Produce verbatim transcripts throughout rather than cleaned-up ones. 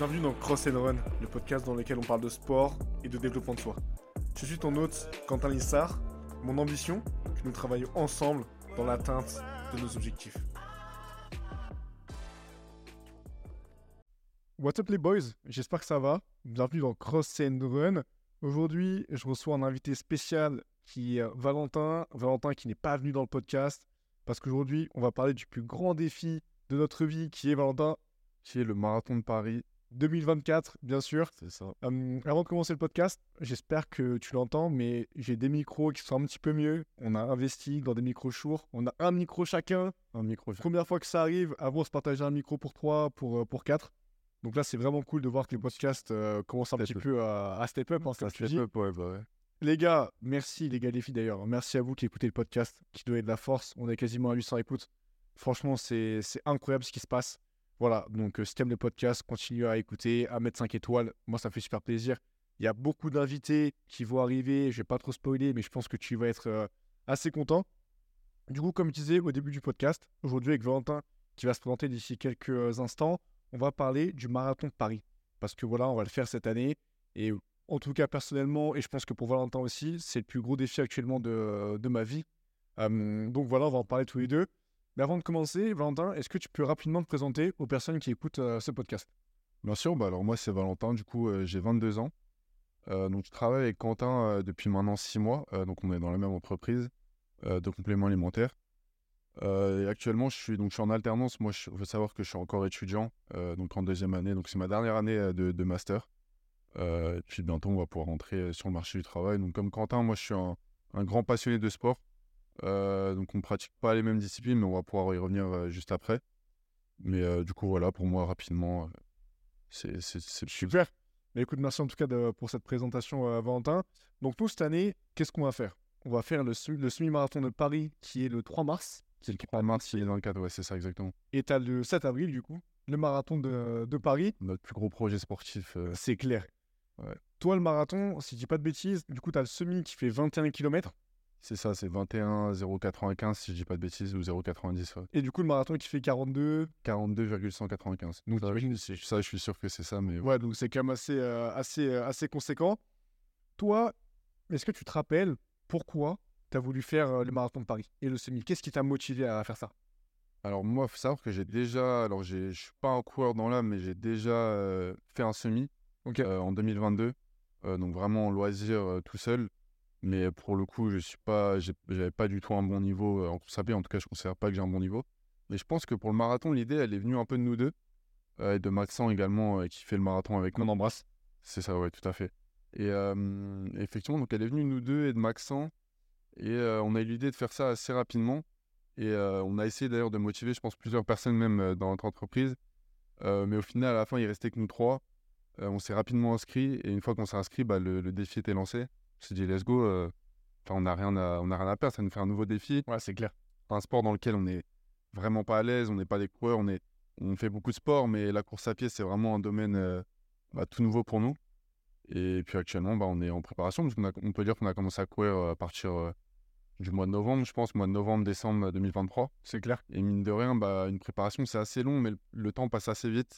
Bienvenue dans Cross and Run, le podcast dans lequel on parle de sport et de développement de soi. Je suis ton hôte, Quentin Lissard. Mon ambition, que nous travaillions ensemble dans l'atteinte de nos objectifs. What's up les boys, j'espère que ça va. Bienvenue dans Cross and Run. Aujourd'hui, je reçois un invité spécial qui est Valentin. Valentin qui n'est pas venu dans le podcast parce qu'aujourd'hui, on va parler du plus grand défi de notre vie qui est Valentin. Qui est le marathon de Paris deux mille vingt-quatre, bien sûr. C'est ça. Euh, avant de commencer le podcast, j'espère que tu l'entends, mais j'ai des micros qui sont un petit peu mieux. On a investi dans des micros Shure. On a un micro chacun. Un micro. Première fois que ça arrive. Avant, on se partageait un micro pour trois, pour, pour quatre. Donc là, c'est vraiment cool de voir que le podcast euh, commence un Step petit up. peu à, à step up. Hein, comme tu Step dis. up, ouais, bah ouais. Les gars, merci les gars, les filles d'ailleurs. Merci à vous qui écoutez le podcast, qui donnez de la force. On est quasiment à huit cents écoutes. Franchement, c'est, c'est incroyable ce qui se passe. Voilà, donc euh, si t'aimes le podcast, continue à écouter, à mettre cinq étoiles. Moi, ça me fait super plaisir. Il y a beaucoup d'invités qui vont arriver. Je vais pas trop spoiler, mais je pense que tu vas être euh, assez content. Du coup, comme je disais au début du podcast, aujourd'hui avec Valentin, qui va se présenter d'ici quelques instants, on va parler du marathon de Paris. Parce que voilà, on va le faire cette année. Et en tout cas, personnellement, et je pense que pour Valentin aussi, c'est le plus gros défi actuellement de, de ma vie. Euh, donc voilà, on va en parler tous les deux. Mais avant de commencer, Valentin, est-ce que tu peux rapidement te présenter aux personnes qui écoutent euh, ce podcast? Bien sûr, bah alors moi c'est Valentin, du coup euh, j'ai vingt-deux ans. Euh, donc je travaille avec Quentin euh, depuis maintenant six mois. Euh, donc on est dans la même entreprise euh, de compléments alimentaires. Euh, et actuellement je suis, donc, je suis en alternance. Moi il faut savoir que je suis encore étudiant, euh, donc en deuxième année. Donc c'est ma dernière année euh, de, de master. Euh, et puis bientôt on va pouvoir rentrer euh, sur le marché du travail. Donc comme Quentin, moi je suis un, un grand passionné de sport. Euh, donc on ne pratique pas les mêmes disciplines, mais on va pouvoir y revenir euh, juste après. Mais euh, du coup, voilà, pour moi, rapidement, euh, c'est, c'est, c'est Super. Mais écoute, merci en tout cas de- pour cette présentation, euh, Valentin. Donc nous, cette année, qu'est-ce qu'on va faire? On va faire le, se- le semi-marathon de Paris qui est le trois mars. C'est le trois mars, il est dans le cadre, ouais, c'est ça exactement. Et t'as le sept avril, du coup, le marathon de, de Paris. Notre plus gros projet sportif. euh, C'est clair. Ouais. Toi, le marathon, si je dis pas de bêtises, du coup, t'as le semi qui fait vingt et un kilomètres. c'est ça, c'est vingt et un zéro quatre-vingt-quinze, si je dis pas de bêtises, ou zéro quatre-vingt-dix, ouais. Et du coup, le marathon qui fait quarante-deux. quarante-deux virgule cent quatre-vingt-quinze. Donc, ça, t'imagines, je, c'est- ça, je suis sûr que c'est ça, mais Ouais, donc c'est quand même assez, euh, assez, euh, assez conséquent. Toi, est-ce que tu te rappelles pourquoi tu as voulu faire euh, le marathon de Paris et le semi? Qu'est-ce qui t'a motivé à faire ça? Alors moi, il faut savoir que j'ai déjà, alors j'ai, je suis pas un coureur dans l'âme, mais j'ai déjà euh, fait un semi Ok. euh, en deux mille vingt-deux, euh, donc vraiment en loisir euh, tout seul. Mais pour le coup, je suis pas, j'ai- j'avais pas du tout un bon niveau euh, en course à pied. En tout cas, je considère pas que j'ai un bon niveau. Mais je pense que pour le marathon, l'idée, elle est venue un peu de nous deux euh, et de Maxent également euh, qui fait le marathon avec On nous. embrasse. C'est ça, ouais, tout à fait. Et euh, effectivement, donc elle est venue de nous deux et de Maxent et euh, on a eu l'idée de faire ça assez rapidement. Et euh, on a essayé d'ailleurs de motiver, je pense, plusieurs personnes même euh, dans notre entreprise. Euh, mais au final, à la fin, il restait que nous trois. Euh, on s'est rapidement inscrits et une fois qu'on s'est inscrit, bah, le, le défi était lancé. On s'est dit, let's go. euh, Enfin, on n'a rien à, on n'a rien à perdre, ça nous fait un nouveau défi. Ouais, c'est clair. Un sport dans lequel on n'est vraiment pas à l'aise, on n'est pas des coureurs, on, est, on fait beaucoup de sport, mais la course à pied, c'est vraiment un domaine euh, bah, tout nouveau pour nous. Et puis actuellement, bah, on est en préparation, parce qu'on a, on peut dire qu'on a commencé à courir euh, à partir euh, du mois de novembre, je pense, mois de novembre, décembre deux mille vingt-trois. C'est clair. Et mine de rien, bah, une préparation, c'est assez long, mais le, le temps passe assez vite.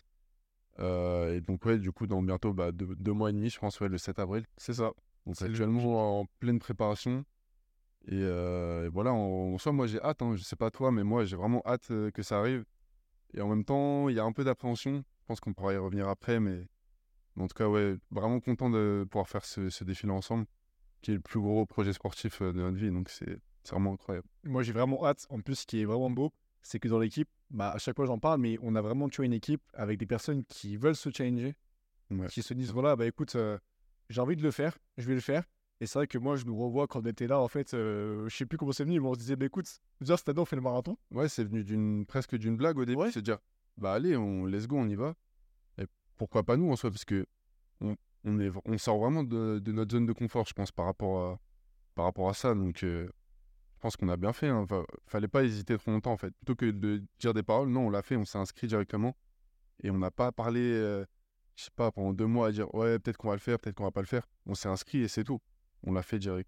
Euh, et donc, ouais, du coup, dans bientôt bah, deux, deux mois et demi, je pense, ouais, le sept avril. C'est ça. Donc C'est actuellement en pleine préparation. Et, euh, et voilà, en, en soi, moi j'ai hâte, hein, je sais pas toi, mais moi j'ai vraiment hâte euh, que ça arrive. Et en même temps, il y a un peu d'appréhension. Je pense qu'on pourra y revenir après, mais, mais en tout cas, ouais, vraiment content de pouvoir faire ce, ce défilé ensemble, qui est le plus gros projet sportif euh, de notre vie. Donc c'est c'est vraiment incroyable. Moi, j'ai vraiment hâte. En plus, ce qui est vraiment beau, c'est que dans l'équipe, bah, à chaque fois j'en parle, mais on a vraiment tu vois, une équipe avec des personnes qui veulent se challenger, Ouais. qui se disent voilà, bah écoute, euh, j'ai envie de le faire, je vais le faire. Et c'est vrai que moi, je nous revois quand on était là, en fait, euh, je sais plus comment c'est venu, mais on se disait, bah écoute, déjà cette année, on fait le marathon. Ouais, c'est venu d'une presque d'une blague au début, Ouais. se dire bah allez, on let's go, on y va. Et pourquoi pas nous en soi, parce que on, on est on sort vraiment de, de notre zone de confort, je pense, par rapport à par rapport à ça. Donc euh, je pense qu'on a bien fait. Hein. Enfin, fallait pas hésiter trop longtemps en fait. Plutôt que de dire des paroles, non, on l'a fait, on s'est inscrit directement et on n'a pas parlé, euh, je sais pas, pendant deux mois à dire ouais, peut-être qu'on va le faire, peut-être qu'on va pas le faire. On s'est inscrit et c'est tout. On l'a fait direct.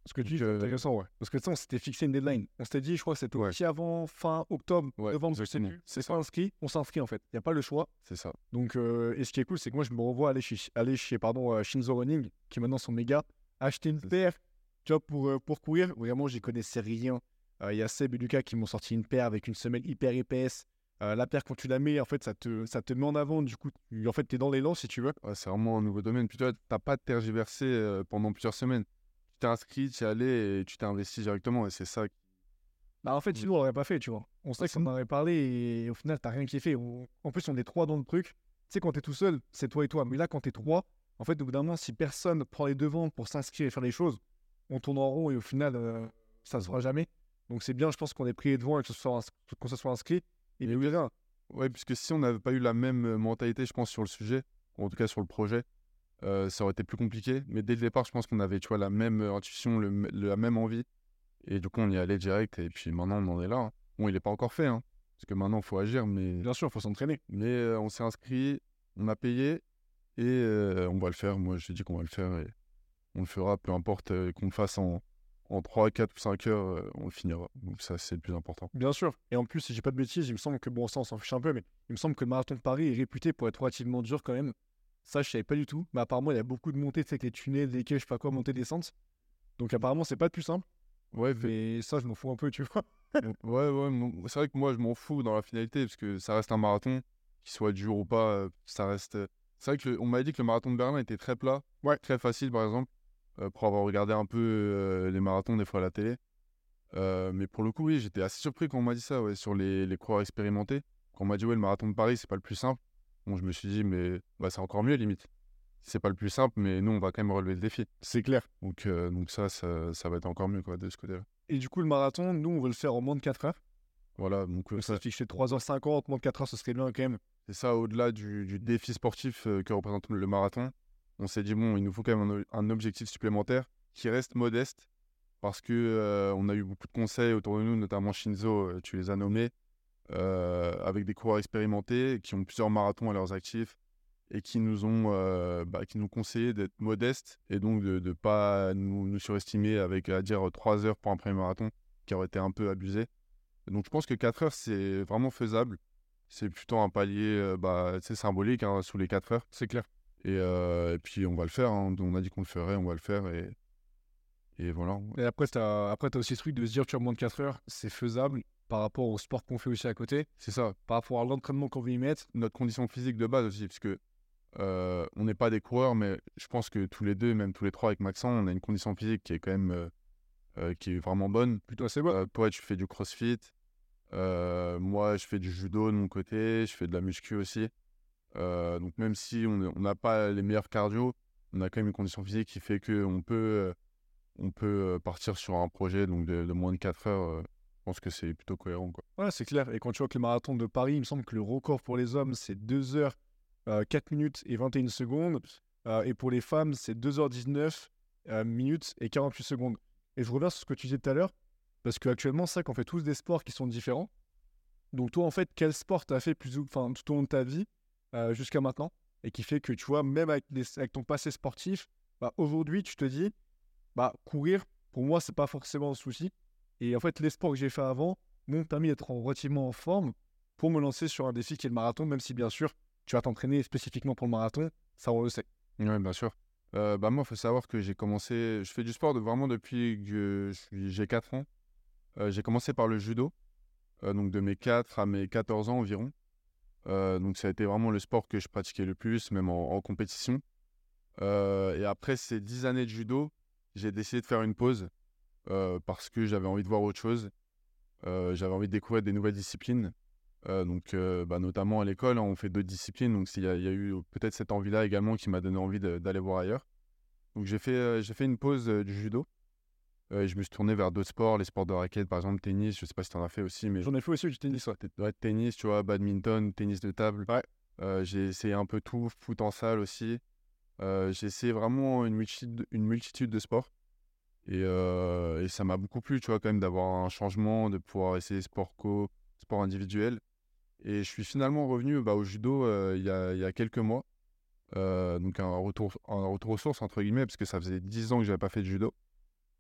Ce que tu dis, Donc, c'est euh, intéressant, ouais. Parce que tu sais, on s'était fixé une deadline. On s'était dit, je crois que c'était Ouais. aussi avant fin octobre, Ouais, novembre, je sais exactement. plus. C'est C'est pas inscrit, on s'inscrit en fait. Il n'y a pas le choix. C'est ça. Donc, euh, et ce qui est cool, c'est que moi, je me revois aller chez, aller chez pardon, euh, Shinzo Running, qui maintenant sont méga, acheter une C'est ça. paire, tu vois, pour, euh, pour courir. Vraiment, j'y connaissais rien. Euh, Il y a Seb et Lucas qui m'ont sorti une paire avec une semelle hyper épaisse. Euh, la paire, quand tu la mets, en fait, ça te, ça te met en avant. Du coup, tu- en fait, tu es dans l'élan si tu veux. Ouais, c'est vraiment un nouveau domaine. Puis toi, t'as pas tergiversé euh, pendant plusieurs semaines. Tu t'es inscrit, tu y es allé et tu t'es investi directement. Et c'est ça. qui- Bah, en fait, Oui. sinon, on l'aurait pas fait, tu vois. On sait Ouais, que c'est- ça en aurait parlé et au final, t'as rien kiffé. On- En plus, on est trois dans le truc. Tu sais, quand t'es tout seul, c'est toi et toi. Mais là, quand t'es trois, en fait, au bout d'un moment, si personne prend les devants pour s'inscrire et faire les choses, on tourne en rond et au final, euh, ça se fera jamais. Donc, c'est bien, je pense qu'on ait pris les devants et que ce soit, ins- qu'on se soit inscrit. Et Mais puis, oui. rien. Ouais, puisque si on n'avait pas eu la même euh, mentalité, je pense, sur le sujet, ou en tout cas sur le projet, euh, ça aurait été plus compliqué. Mais dès le départ, je pense qu'on avait, tu vois, la même euh, intuition, le m- la même envie. Et du coup, on y allait direct. Et puis maintenant, on en est là, hein. Bon, il n'est pas encore fait, hein, parce que maintenant, il faut agir. Mais, Bien sûr, il faut s'entraîner. mais euh, on s'est inscrit, on a payé et euh, on va le faire. Moi, j'ai dit qu'on va le faire et on le fera, peu importe euh, qu'on le fasse en, en trois, quatre ou cinq heures, euh, on le finira. Donc ça, c'est le plus important. Bien sûr. Et en plus, si j'ai pas de bêtises, il me semble que, bon, ça, on s'en fiche un peu, mais il me semble que le marathon de Paris est réputé pour être relativement dur quand même. Ça, je savais pas du tout. Mais apparemment, il y a beaucoup de montées, tu sais, avec les tunnels, des quais, je sais pas quoi, montées, descentes. Donc, apparemment, c'est pas le plus simple. Ouais, fait- Mais ça, je m'en fous un peu, tu vois. ouais, ouais. mon- C'est vrai que moi, je m'en fous dans la finalité, parce que ça reste un marathon, qu'il soit dur ou pas, euh, ça reste. euh, C'est vrai que le- on m'a dit que le marathon de Berlin était très plat, Ouais. très facile, par exemple, euh, pour avoir regardé un peu euh, les marathons des fois à la télé. Euh, mais pour le coup, oui, j'étais assez surpris quand on m'a dit ça, ouais, sur les, les coureurs expérimentés. Quand on m'a dit, ouais, le marathon de Paris, c'est pas le plus simple. Bon, je me suis dit, mais bah, c'est encore mieux, limite. C'est pas le plus simple, mais nous, on va quand même relever le défi. C'est clair. Donc, euh, donc ça, ça, ça va être encore mieux, quoi, de ce côté-là. Et du coup, le marathon, nous, on veut le faire en moins de quatre heures. Voilà, donc euh, Donc, ça, ça fixé trois heures cinquante, moins de quatre heures, ce serait bien quand même. c'est ça, au-delà du, du défi sportif euh, que représente le marathon, on s'est dit, bon, il nous faut quand même un, o- un objectif supplémentaire qui reste modeste, parce que euh, on a eu beaucoup de conseils autour de nous, notamment Shinzo, euh, tu les as nommés, euh, avec des coureurs expérimentés qui ont plusieurs marathons à leurs actifs et qui nous ont euh, bah, qui nous conseillé d'être modestes et donc de ne pas nous, nous surestimer avec à dire trois heures pour un premier marathon qui aurait été un peu abusé. Donc je pense que quatre heures c'est vraiment faisable. C'est plutôt un palier euh, bah, tu sais, symbolique hein, sous les quatre heures. C'est clair. Et, euh, et puis on va le faire, hein. On a dit qu'on le ferait, on va le faire et, et voilà. Et après, tu as, après, t'as aussi ce truc de se dire, tu as moins de quatre heures, c'est faisable par rapport au sport qu'on fait aussi à côté, C'est ça, par rapport à l'entraînement qu'on veut y mettre. notre condition physique de base aussi, parce que euh, on n'est pas des coureurs, mais je pense que tous les deux, même tous les trois avec Maxence, on a une condition physique qui est quand même euh, euh, qui est vraiment bonne. Plutôt assez bon. Euh, toi, tu fais du crossfit. Euh, moi, je fais du judo de mon côté. Je fais de la muscu aussi. Euh, donc, même si on est- on n'a pas les meilleurs cardio, on a quand même une condition physique qui fait qu'on peut, euh, on peut euh, partir sur un projet donc de, de moins de quatre heures. euh, je pense que c'est plutôt cohérent, quoi. Ouais, c'est clair. Et quand tu vois que le marathon de Paris, il me semble que le record pour les hommes, c'est deux heures, euh, quatre minutes et vingt et une secondes. Euh, et pour les femmes, c'est deux heures dix-neuf euh, minutes et quarante-huit secondes. Et je reviens sur ce que tu disais tout à l'heure, parce qu'actuellement, c'est vrai qu'on fait tous des sports qui sont différents. Donc toi, en fait, quel sport t'as fait plus ou... enfin, tout au long de ta vie euh, jusqu'à maintenant et qui fait que, tu vois, même avec, les- avec ton passé sportif, bah, aujourd'hui, tu te dis, bah, courir, pour moi, c'est pas forcément un souci. Et en fait, les sports que j'ai fait avant m'ont permis d'être en- relativement en forme pour me lancer sur un défi qui est le marathon, même si, bien sûr, tu vas t'entraîner spécifiquement pour le marathon, ça, on le sait. Oui, bien sûr. Euh, bah moi, il faut savoir que j'ai commencé, je fais du sport de- vraiment depuis que je suis- j'ai quatre ans. Euh, j'ai commencé par le judo, euh, donc de mes quatre à mes quatorze ans environ. Euh, donc ça a été vraiment le sport que je pratiquais le plus, même en, en compétition. Euh, et après ces dix années de judo, j'ai décidé de faire une pause euh, parce que j'avais envie de voir autre chose. Euh, j'avais envie de découvrir des nouvelles disciplines. Euh, donc euh, bah, notamment à l'école, hein, on fait d'autres disciplines. Donc il y, a il y a eu peut-être cette envie-là également qui m'a donné envie de- d'aller voir ailleurs. Donc j'ai fait, euh, j'ai fait une pause euh, du judo. Euh, et je me suis tourné vers d'autres sports, les sports de raquettes, par exemple tennis. Je sais pas si tu en as fait aussi, mais J'en ai fait aussi du tennis, ouais. Peut-être, ouais, tennis, tu vois, badminton, tennis de table. Ouais. Euh, j'ai essayé un peu tout, foot en salle aussi. Euh, j'ai essayé vraiment une multitude, une multitude de sports. Et, euh, et ça m'a beaucoup plu, tu vois, quand même, d'avoir un changement, de pouvoir essayer sport co, sport individuel. Et je suis finalement revenu bah, au judo euh, il y a, il y a quelques mois. Euh, donc un retour, un retour aux sources, entre guillemets, parce que ça faisait dix ans que je n'avais pas fait de judo.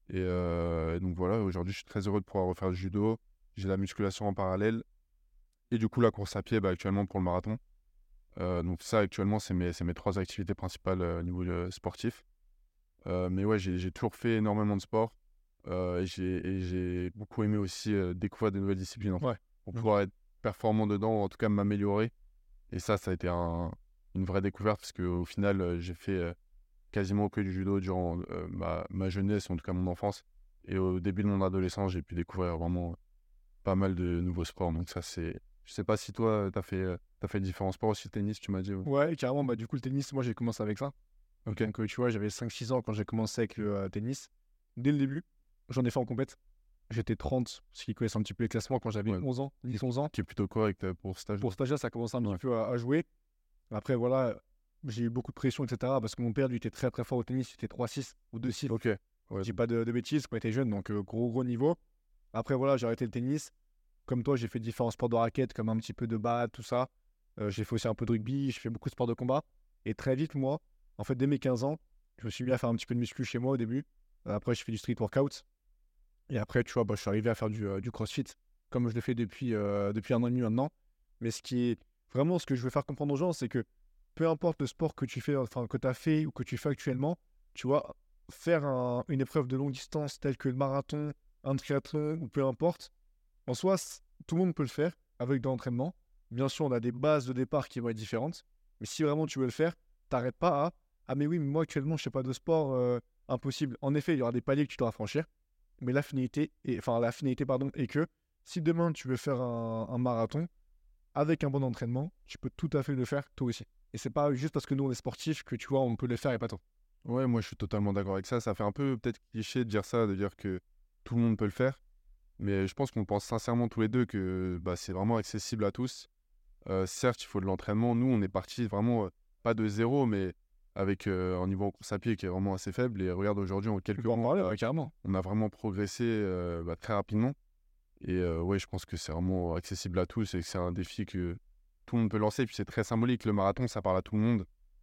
Et, euh, et donc voilà, aujourd'hui, je suis très heureux de pouvoir refaire du judo. J'ai la musculation en parallèle. Et du coup, la course à pied, bah, actuellement, pour le marathon. Euh, donc ça, actuellement, c'est mes, c'est mes trois activités principales euh, au niveau euh, sportif. Euh, mais ouais, j'ai, j'ai toujours fait énormément de sport. Euh, et, j'ai, et j'ai beaucoup aimé aussi euh, découvrir de nouvelles disciplines, en fait, Ouais. pour Ok. pouvoir être performant dedans, ou en tout cas m'améliorer. Et ça, ça a été un- une vraie découverte parce qu'au final, euh, j'ai fait euh, quasiment que du judo durant euh, ma, ma jeunesse, en tout cas mon enfance. Et au début de mon adolescence, j'ai pu découvrir vraiment pas mal de nouveaux sports. Donc ça, c'est... Je sais pas si toi, tu as fait, euh, t'as fait différents sports aussi, tennis, tu m'as dit. Ouais. Ouais, carrément. Bah, du coup, le tennis, moi, j'ai commencé avec ça. Ok, Donc, euh, tu vois, j'avais cinq six ans quand j'ai commencé avec le euh, tennis. Dès le début, j'en ai fait en compète. J'étais trente, ce qui connaissent un petit peu les classements quand j'avais ouais. onze ans, dix onze ans. Qui est plutôt correct euh, pour stage. Pour stagiaire, ça a commencé un Ouais. petit peu à, à jouer. Après, voilà, j'ai eu beaucoup de pression, et cetera. Parce que mon père, lui, était très très fort au tennis. Il était trois six ou deux six. Ok, Je ouais. dis pas de, de bêtises quand on était jeune, donc euh, gros gros niveau. Après, voilà, j'ai arrêté le tennis. Comme toi, j'ai fait différents sports de raquettes, comme un petit peu de batte, tout ça. Euh, j'ai fait aussi un peu de rugby, j'ai fait beaucoup de sports de combat. Et très vite, moi, en fait, dès mes quinze ans, je me suis mis à faire un petit peu de muscu chez moi au début. Euh, Après, je fais du street workout. Et après, tu vois, bah, je suis arrivé à faire du, euh, du crossfit, comme je le fais depuis, euh, depuis un an et demi maintenant. Mais ce qui est vraiment ce que je veux faire comprendre aux gens, c'est que peu importe le sport que tu fais, enfin, que tu as fait ou que tu fais actuellement, tu vois, faire un- une épreuve de longue distance telle que le marathon, un triathlon ou peu importe, en soi, c- tout le monde peut le faire avec de l'entraînement. Bien sûr, on a des bases de départ qui vont être différentes. Mais si vraiment tu veux le faire, t'arrêtes pas à ah, mais oui, mais moi actuellement, je ne fais pas de sport, euh, impossible. En effet, il y aura des paliers que tu devras franchir. Mais la finalité, est, enfin, la finalité pardon, est que si demain tu veux faire un, un marathon avec un bon entraînement, tu peux tout à fait le faire toi aussi. Et c'est pas juste parce que nous on est sportifs que tu vois, on peut le faire et pas toi. Ouais, moi je suis totalement d'accord avec ça. Ça fait un peu peut-être cliché de dire ça, de dire que tout le monde peut le faire. Mais je pense qu'on pense sincèrement tous les deux que bah, c'est vraiment accessible à tous. Euh, certes, il faut de l'entraînement. Nous, on est parti vraiment euh, pas de zéro, mais avec euh, un niveau en course à pied qui est vraiment assez faible. Et regarde, aujourd'hui, en Tu quelques peux en mois, parler, ouais, carrément. on a vraiment progressé euh, bah, très rapidement. Et euh, ouais, je pense que c'est vraiment accessible à tous et que c'est un défi que tout le monde peut lancer. Et puis c'est très symbolique. Le marathon, ça parle à tout le monde.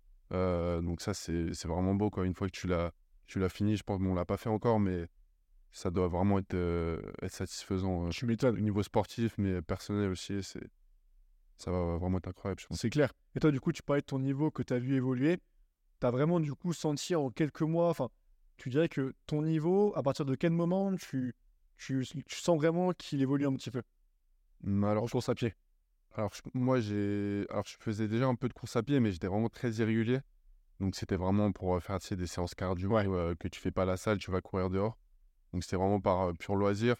Euh, donc ça, c'est c'est vraiment beau, quoi. Une fois que tu l'as tu l'as fini, je pense qu'on l'a pas fait encore, mais ça doit vraiment être, euh, être satisfaisant euh, Tu au m'étonnes, niveau sportif, mais personnel aussi. C'est, ça va vraiment être incroyable, je pense. c'est clair. Et toi, du coup, tu parlais de ton niveau que tu as vu évoluer. Tu as vraiment, du coup, senti en quelques mois, enfin, tu dirais que ton niveau, à partir de quel moment tu, tu, tu sens vraiment qu'il évolue un petit peu Hum, Alors, en je- course à pied? alors je- moi, j'ai, alors, je faisais déjà un peu de course à pied, mais j'étais vraiment très irrégulier. Donc, c'était vraiment pour euh, faire tu sais, des séances cardio Ouais. euh, que tu fais pas à la salle, tu vas courir dehors. Donc, c'était vraiment par euh, pur loisir.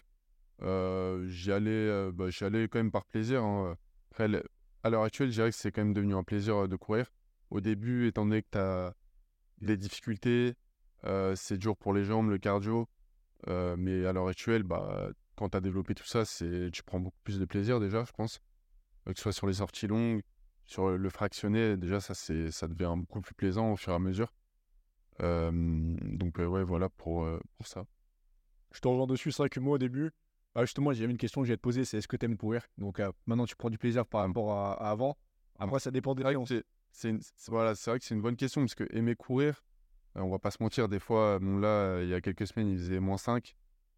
Euh, j'y allais, euh, bah, j'y allais quand même par plaisir, hein. Après, le- à l'heure actuelle, je dirais que c'est quand même devenu un plaisir euh, de courir. Au début, étant donné que tu as des difficultés, euh, c'est dur pour les jambes, le cardio. Euh, mais à l'heure actuelle, bah, quand tu as développé tout ça, c'est, tu prends beaucoup plus de plaisir déjà, je pense. Euh, que ce soit sur les sorties longues, sur le fractionné, déjà, ça, c'est, ça devient beaucoup plus plaisant au fur et à mesure. Euh, donc, euh, ouais, voilà pour, euh, pour ça. Je te rejoins dessus. C'est vrai que moi, au début, bah, justement, j'avais une question que j'allais te poser, c'est est-ce que tu aimes courir? Donc euh, maintenant, tu prends du plaisir par Ah, rapport à, à avant. ah, Après, ça dépend des c'est vrai que séances. c'est, c'est une- c'est- voilà, c'est vrai que c'est une bonne question parce que aimer courir, euh, on va pas se mentir, des fois, bon, là, euh, il y a quelques semaines, il faisait moins cinq.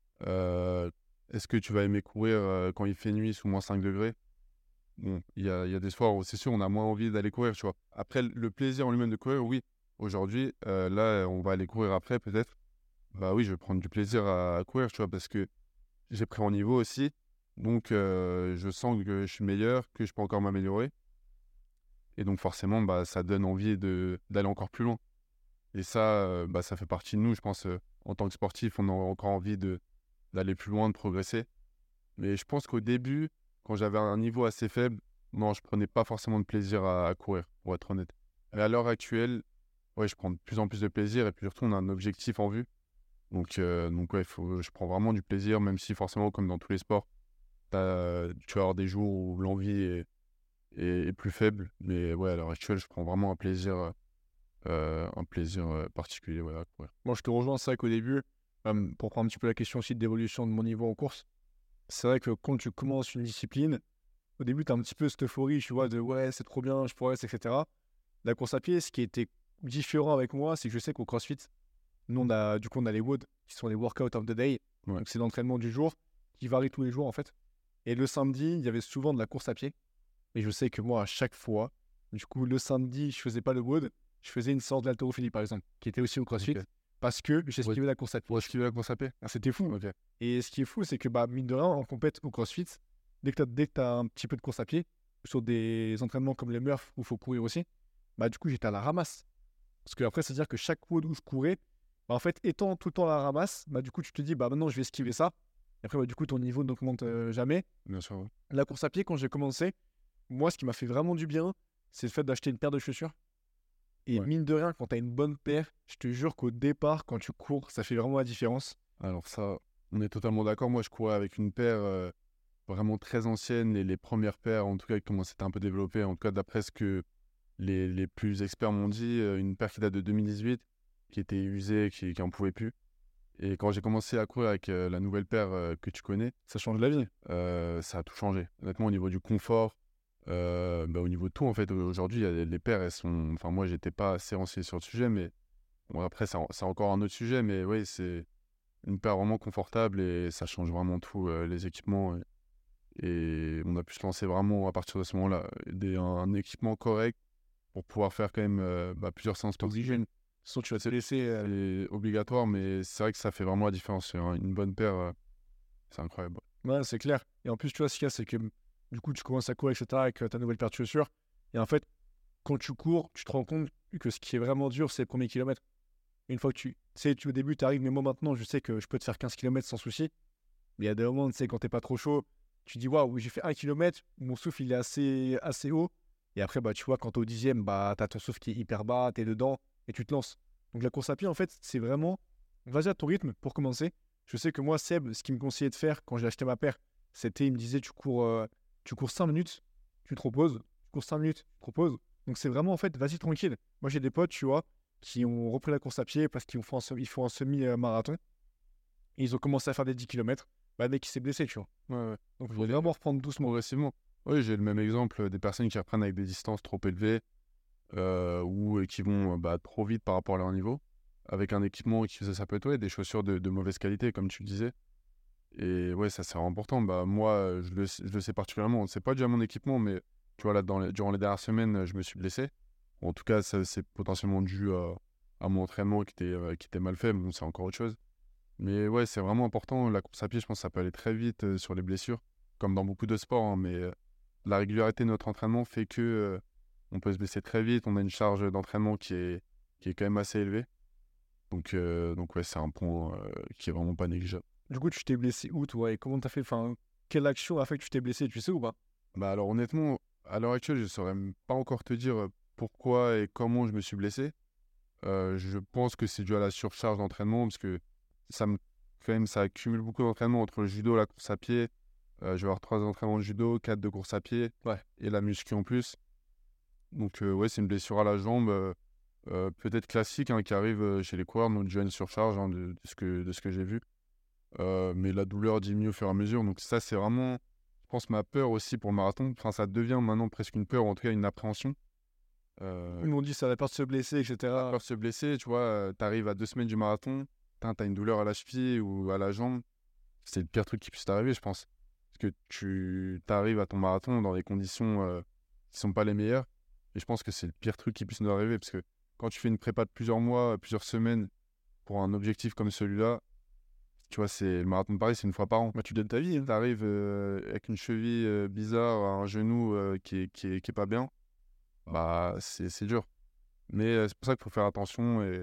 Euh, Est-ce que tu vas aimer courir euh, quand il fait nuit sous moins cinq degrés? Bon, il y a, il y a des soirs où c'est sûr, on a moins envie d'aller courir, tu vois. Après, le plaisir en lui-même de courir, oui. Aujourd'hui, euh, là, on va aller courir après, peut-être. Bah oui, je vais prendre du plaisir à, à courir, tu vois, parce que j'ai pris en niveau aussi. Donc, euh, je sens que je suis meilleur, que je peux encore m'améliorer. Et donc, forcément, bah, ça donne envie de, d'aller encore plus loin. Et ça, euh, bah, ça fait partie de nous, je pense. Euh, en tant que sportif, on a encore envie de, d'aller plus loin, de progresser. Mais je pense qu'au début, quand j'avais un niveau assez faible, non, je prenais pas forcément de plaisir à, à courir, pour être honnête. Mais à l'heure actuelle, ouais, je prends de plus en plus de plaisir et puis surtout, on a un objectif en vue. Donc, euh, donc ouais, faut, je prends vraiment du plaisir, même si forcément, comme dans tous les sports, t'as- tu vas avoir des jours où l'envie est, est- est plus faible. Mais ouais, à l'heure actuelle, je prends vraiment un plaisir, euh, un plaisir euh, particulier ouais, à courir. Moi, je te rejoins. C'est vrai qu'au début, euh, pour prendre un petit peu la question aussi d'évolution de mon niveau en course, c'est vrai que quand tu commences une discipline, au début, tu as un petit peu cette euphorie, tu vois, de ouais, c'est trop bien, je progresse, et cetera. La course à pied, ce qui était différent avec moi, c'est que je sais qu'au CrossFit, Nous, on a, du coup, on a les W O D, qui sont les Workout of the Day. Ouais. Donc, c'est l'entraînement du jour, qui varie tous les jours, en fait. Et le samedi, il y avait souvent de la course à pied. Et je sais que moi, à chaque fois, du coup, le samedi, je faisais pas le W O D, je faisais une séance d'haltérophilie, par exemple, qui était aussi au CrossFit, Ok. parce que j'esquivais la course à pied. Pour esquiver la course à pied. Ah, c'était fou. Ok. Et ce qui est fou, c'est que, bah, mine de rien, en compète au CrossFit, dès que tu as un petit peu de course à pied, sur des entraînements comme les Murph où il faut courir aussi, bah, du coup, j'étais à la ramasse. Parce que après, c'est-à-dire que chaque W O D où je courais, bah, en fait, étant tout le temps à la ramasse, bah, du coup, tu te dis, bah, maintenant, je vais esquiver ça. Et après, bah, du coup, ton niveau n'augmente euh, jamais. Bien sûr. Ouais. La course à pied, quand j'ai commencé, moi, ce qui m'a fait vraiment du bien, c'est le fait d'acheter une paire de chaussures. Et Ouais. mine de rien, quand tu as une bonne paire, je te jure qu'au départ, quand tu cours, ça fait vraiment la différence. Alors ça, on est totalement d'accord. Moi, je courais avec une paire euh, vraiment très ancienne. Les, les premières paires, en tout cas, qui commençaient à être un peu développées. En tout cas, d'après ce que les, les plus experts m'ont dit, euh, une paire qui date de deux mille dix-huit, qui était usée, qui n'en pouvait plus. Et quand j'ai commencé à courir avec euh, la nouvelle paire euh, que tu connais, Ça change la vie. euh, ça a tout changé. Honnêtement, au niveau du confort, euh, bah, au niveau de tout, en fait, aujourd'hui, il y a les, les paires, elles sont... Enfin, moi, j'étais pas assez renseigné sur le sujet, mais bon, après, c'est c'est encore un autre sujet, mais oui, c'est une paire vraiment confortable et ça change vraiment tout, euh, les équipements. Et, et on a pu se lancer vraiment à partir de ce moment-là. Des, un, un équipement correct pour pouvoir faire quand même euh, bah, plusieurs séances par semaine. Sinon, tu vas te laisser. euh, C'est obligatoire, mais c'est vrai que ça fait vraiment la différence. C'est un- Une bonne paire, euh, c'est incroyable. Ouais, c'est clair. Et en plus, tu vois, ce qu'il y a, c'est que du coup, tu commences à courir, et cetera, avec euh, ta nouvelle paire de chaussures. Et en fait, quand tu cours, tu te rends compte que ce qui est vraiment dur, c'est le premier kilomètre. Une fois que tu tu sais, tu, au début, tu arrives, mais moi maintenant, je sais que je peux te faire quinze kilomètres sans souci. Mais il y a des moments, tu sais, quand t'es pas trop chaud, tu dis, waouh, j'ai fait un kilomètre, mon souffle, il est assez, assez haut. Et après, bah, tu vois, quand t'es au dixième, bah, t'as ton souffle qui est hyper bas, t'es dedans, et tu te lances. Donc la course à pied, en fait, c'est vraiment, vas-y à ton rythme pour commencer. Je sais que moi, Seb, ce qu'il me conseillait de faire quand j'ai acheté ma paire, c'était, il me disait, tu cours, euh, tu cours cinq minutes, tu te reposes, tu cours cinq minutes, tu te reposes. Donc c'est vraiment, en fait, vas-y tranquille. Moi, j'ai des potes, tu vois, qui ont repris la course à pied parce qu'ils font un, se- ils font un semi-marathon. Et ils ont commencé à faire des dix kilomètres. Bah, le mec, il s'est blessé, tu vois. Ouais, ouais. Donc, il faut vraiment reprendre doucement. Progressivement. Oui, j'ai le même exemple euh, des personnes qui reprennent avec des distances trop élevées euh, ou euh, qui vont euh, bah, trop vite par rapport à leur niveau, avec un équipement qui ça, ça peut être ouais, des chaussures de, de mauvaise qualité, comme tu le disais. Et ouais, ça c'est important. Bah, moi, euh, je le, sais- je le sais particulièrement. C'est pas déjà mon équipement, mais tu vois, là, dans les- durant les dernières semaines, euh, je me suis blessé. En tout cas, ça, c'est potentiellement dû à, à mon entraînement qui était, euh, qui était mal fait. Bon, c'est encore autre chose. Mais ouais, c'est vraiment important. La course à pied, je pense que ça peut aller très vite euh, sur les blessures, comme dans beaucoup de sports. Hein, mais euh, la régularité de notre entraînement fait que euh, on peut se blesser très vite. On a une charge d'entraînement qui est, qui est quand même assez élevée. Donc, euh, donc ouais, c'est un point euh, qui est vraiment pas négligeable. Du coup, tu t'es blessé où, toi? Et comment t'as fait? Enfin, quelle action a fait que tu t'es blessé? Tu sais ou pas? Bah alors honnêtement, à l'heure actuelle, je saurais même pas encore te dire euh, pourquoi et comment je me suis blessé. Euh, je pense que c'est dû à la surcharge d'entraînement parce que ça me quand même ça accumule beaucoup d'entraînement entre le judo et la course à pied. Euh, je vais avoir trois entraînements de judo, quatre de course à pied Ouais. et la muscu en plus. Donc euh, ouais, c'est une blessure à la jambe, euh, euh, peut-être classique hein, qui arrive euh, chez les coureurs, donc déjà une surcharge hein, de, de ce que, de ce que j'ai vu. Euh, mais la douleur diminue au fur et à mesure. Donc ça, c'est vraiment, je pense, ma peur aussi pour le marathon. Enfin, ça devient maintenant presque une peur, ou en tout cas une appréhension. Euh, Ils m'ont dit ça avait peur de se blesser, et cetera. peur de se blesser, tu vois, euh, t'arrives à deux semaines du marathon, t'as t'as une douleur à la cheville ou à la jambe. C'est le pire truc qui puisse t'arriver, je pense. Parce que tu t'arrives à ton marathon dans des conditions euh, qui sont pas les meilleures. Et je pense que c'est le pire truc qui puisse nous arriver. Parce que quand tu fais une prépa de plusieurs mois, plusieurs semaines pour un objectif comme celui-là, tu vois, c'est le marathon de Paris, c'est une fois par an. Bah, tu donnes ta vie. Hein. Tu arrives avec une cheville euh, bizarre, un genou euh, qui, est, qui, est, qui est pas bien, bah c'est c'est dur. Mais euh, c'est pour ça qu'il faut faire attention. Et,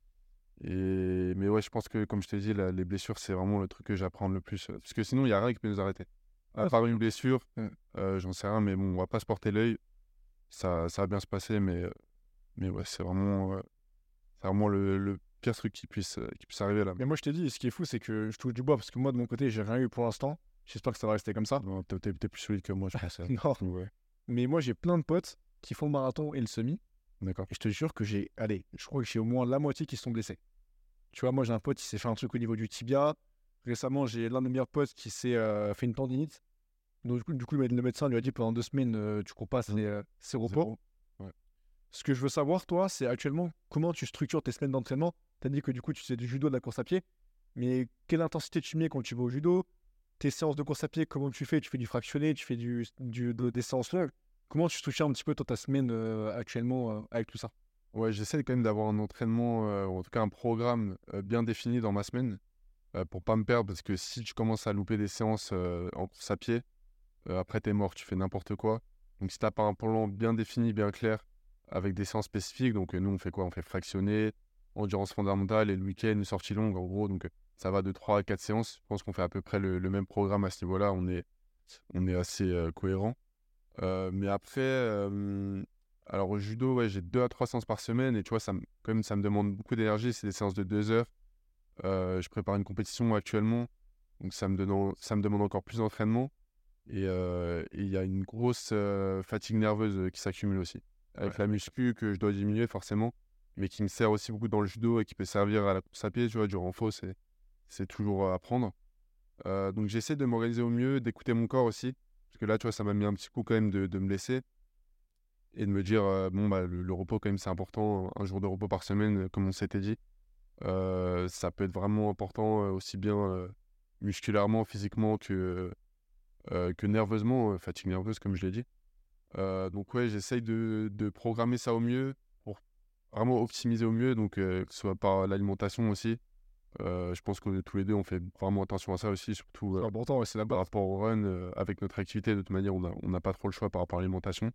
et... Mais ouais, je pense que, comme je t'ai dit, la- les blessures, c'est vraiment le truc que j'apprends le plus. euh, Parce que sinon, il n'y a rien qui peut nous arrêter. À Ah, part une blessure, Ouais. euh, j'en sais rien, mais bon, on va pas se porter l'œil. Ça, ça va bien se passer, mais, euh, mais ouais, c'est vraiment, euh, c'est vraiment le, le pire truc qui puisse, euh, qui puisse arriver là. Mais moi, je t'ai dit, ce qui est fou, c'est que je touche du bois parce que moi, de mon côté, j'ai rien eu pour l'instant. J'espère que ça va rester comme ça. Non, T'es t'es- t'es plus solide que moi, je pense. hein. Non. Ouais, Mais moi, j'ai plein de potes qui font le marathon et le semi. d'accord. Et je te jure que j'ai, allez, je crois que j'ai au moins la moitié qui se sont blessés. Tu vois, moi, j'ai un pote qui s'est fait un truc au niveau du tibia. Récemment, j'ai l'un de mes meilleurs potes qui s'est euh, fait une tendinite. Donc, du coup, du coup, le médecin lui a dit pendant deux semaines, euh, tu cours pas, c'est euh, c'est repos. Zéro. Ouais. Ce que je veux savoir, toi, c'est actuellement comment tu structures tes semaines d'entraînement. Tu as dit que du coup, tu fais du judo, de la course à pied. Mais quelle intensité tu mets quand tu vas au judo? Tes séances de course à pied, comment tu fais? Tu fais du fractionné, tu fais du, du, de- des séances longues. Comment tu structures un petit peu toi, ta semaine euh, actuellement euh, avec tout ça? Ouais, j'essaie quand même d'avoir un entraînement, euh, ou en tout cas un programme euh, bien défini dans ma semaine euh, pour pas me perdre parce que si tu commences à louper des séances euh, en course à pied, euh, après t'es mort, tu fais n'importe quoi. Donc si t'as pas un plan bien défini, bien clair, avec des séances spécifiques, donc euh, nous on fait quoi? On fait fractionner, endurance fondamentale et le week-end, une sortie longue en gros, donc euh, ça va de trois à quatre séances. Je pense qu'on fait à peu près le, le même programme à ce niveau-là, on est, on est assez euh, cohérent. Euh, mais après, euh, alors au judo, ouais, j'ai deux à trois séances par semaine et tu vois, ça, me- quand même, ça me demande beaucoup d'énergie. C'est des séances de deux heures. Euh, je prépare une compétition actuellement, donc ça me donne, ça me demande encore plus d'entraînement. Et euh, et il y a une grosse euh, fatigue nerveuse euh, qui s'accumule aussi. Avec Ouais. la muscu que je dois diminuer forcément, mais qui me sert aussi beaucoup dans le judo et qui peut servir à la course à pied, tu vois, du renfort, c'est, c'est toujours à apprendre. Euh, donc j'essaie de m'organiser au mieux, d'écouter mon corps aussi. Parce que là, tu vois, ça m'a mis un petit coup quand même de, de me laisser et de me dire, euh, bon, bah, le, le repos, quand même, c'est important. Un jour de repos par semaine, euh, comme on s'était dit. Euh, ça peut être vraiment important, euh, aussi bien euh, musculairement, physiquement que, euh, que nerveusement, euh, fatigue nerveuse, comme je l'ai dit. Euh, donc, ouais, j'essaye de, de programmer ça au mieux pour vraiment optimiser au mieux, donc euh, que ce soit par l'alimentation aussi. Euh, je pense que tous les deux, on fait vraiment attention à ça aussi, surtout C'est euh, important, ouais, c'est la par base. rapport au run. Euh, avec notre activité, de toute manière, on n'a on n'a pas trop le choix par rapport à l'alimentation.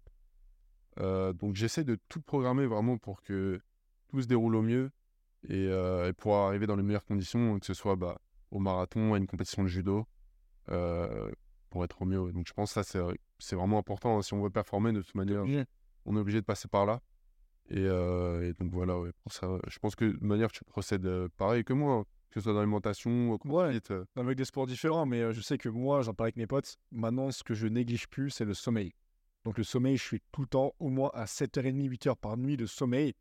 Euh, donc j'essaie de tout programmer vraiment pour que tout se déroule au mieux et, euh, et pouvoir arriver dans les meilleures conditions, que ce soit bah, au marathon, à une compétition de judo, euh, pour être au mieux. Donc je pense que ça, c'est, c'est vraiment important, hein. Si on veut performer, de toute T'es manière, obligé. on est obligé de passer par là. Et, euh, et donc voilà, ouais, pour ça, je pense que de manière, tu procèdes euh, pareil que moi, hein, que ce soit dans l'alimentation, au Ouais, crossfit. euh. avec des sports différents, mais euh, je sais que moi, j'en parle avec mes potes. Maintenant, ce que je néglige plus, c'est le sommeil. Donc, le sommeil, je suis tout le temps au moins à sept heures trente, huit heures par nuit de sommeil.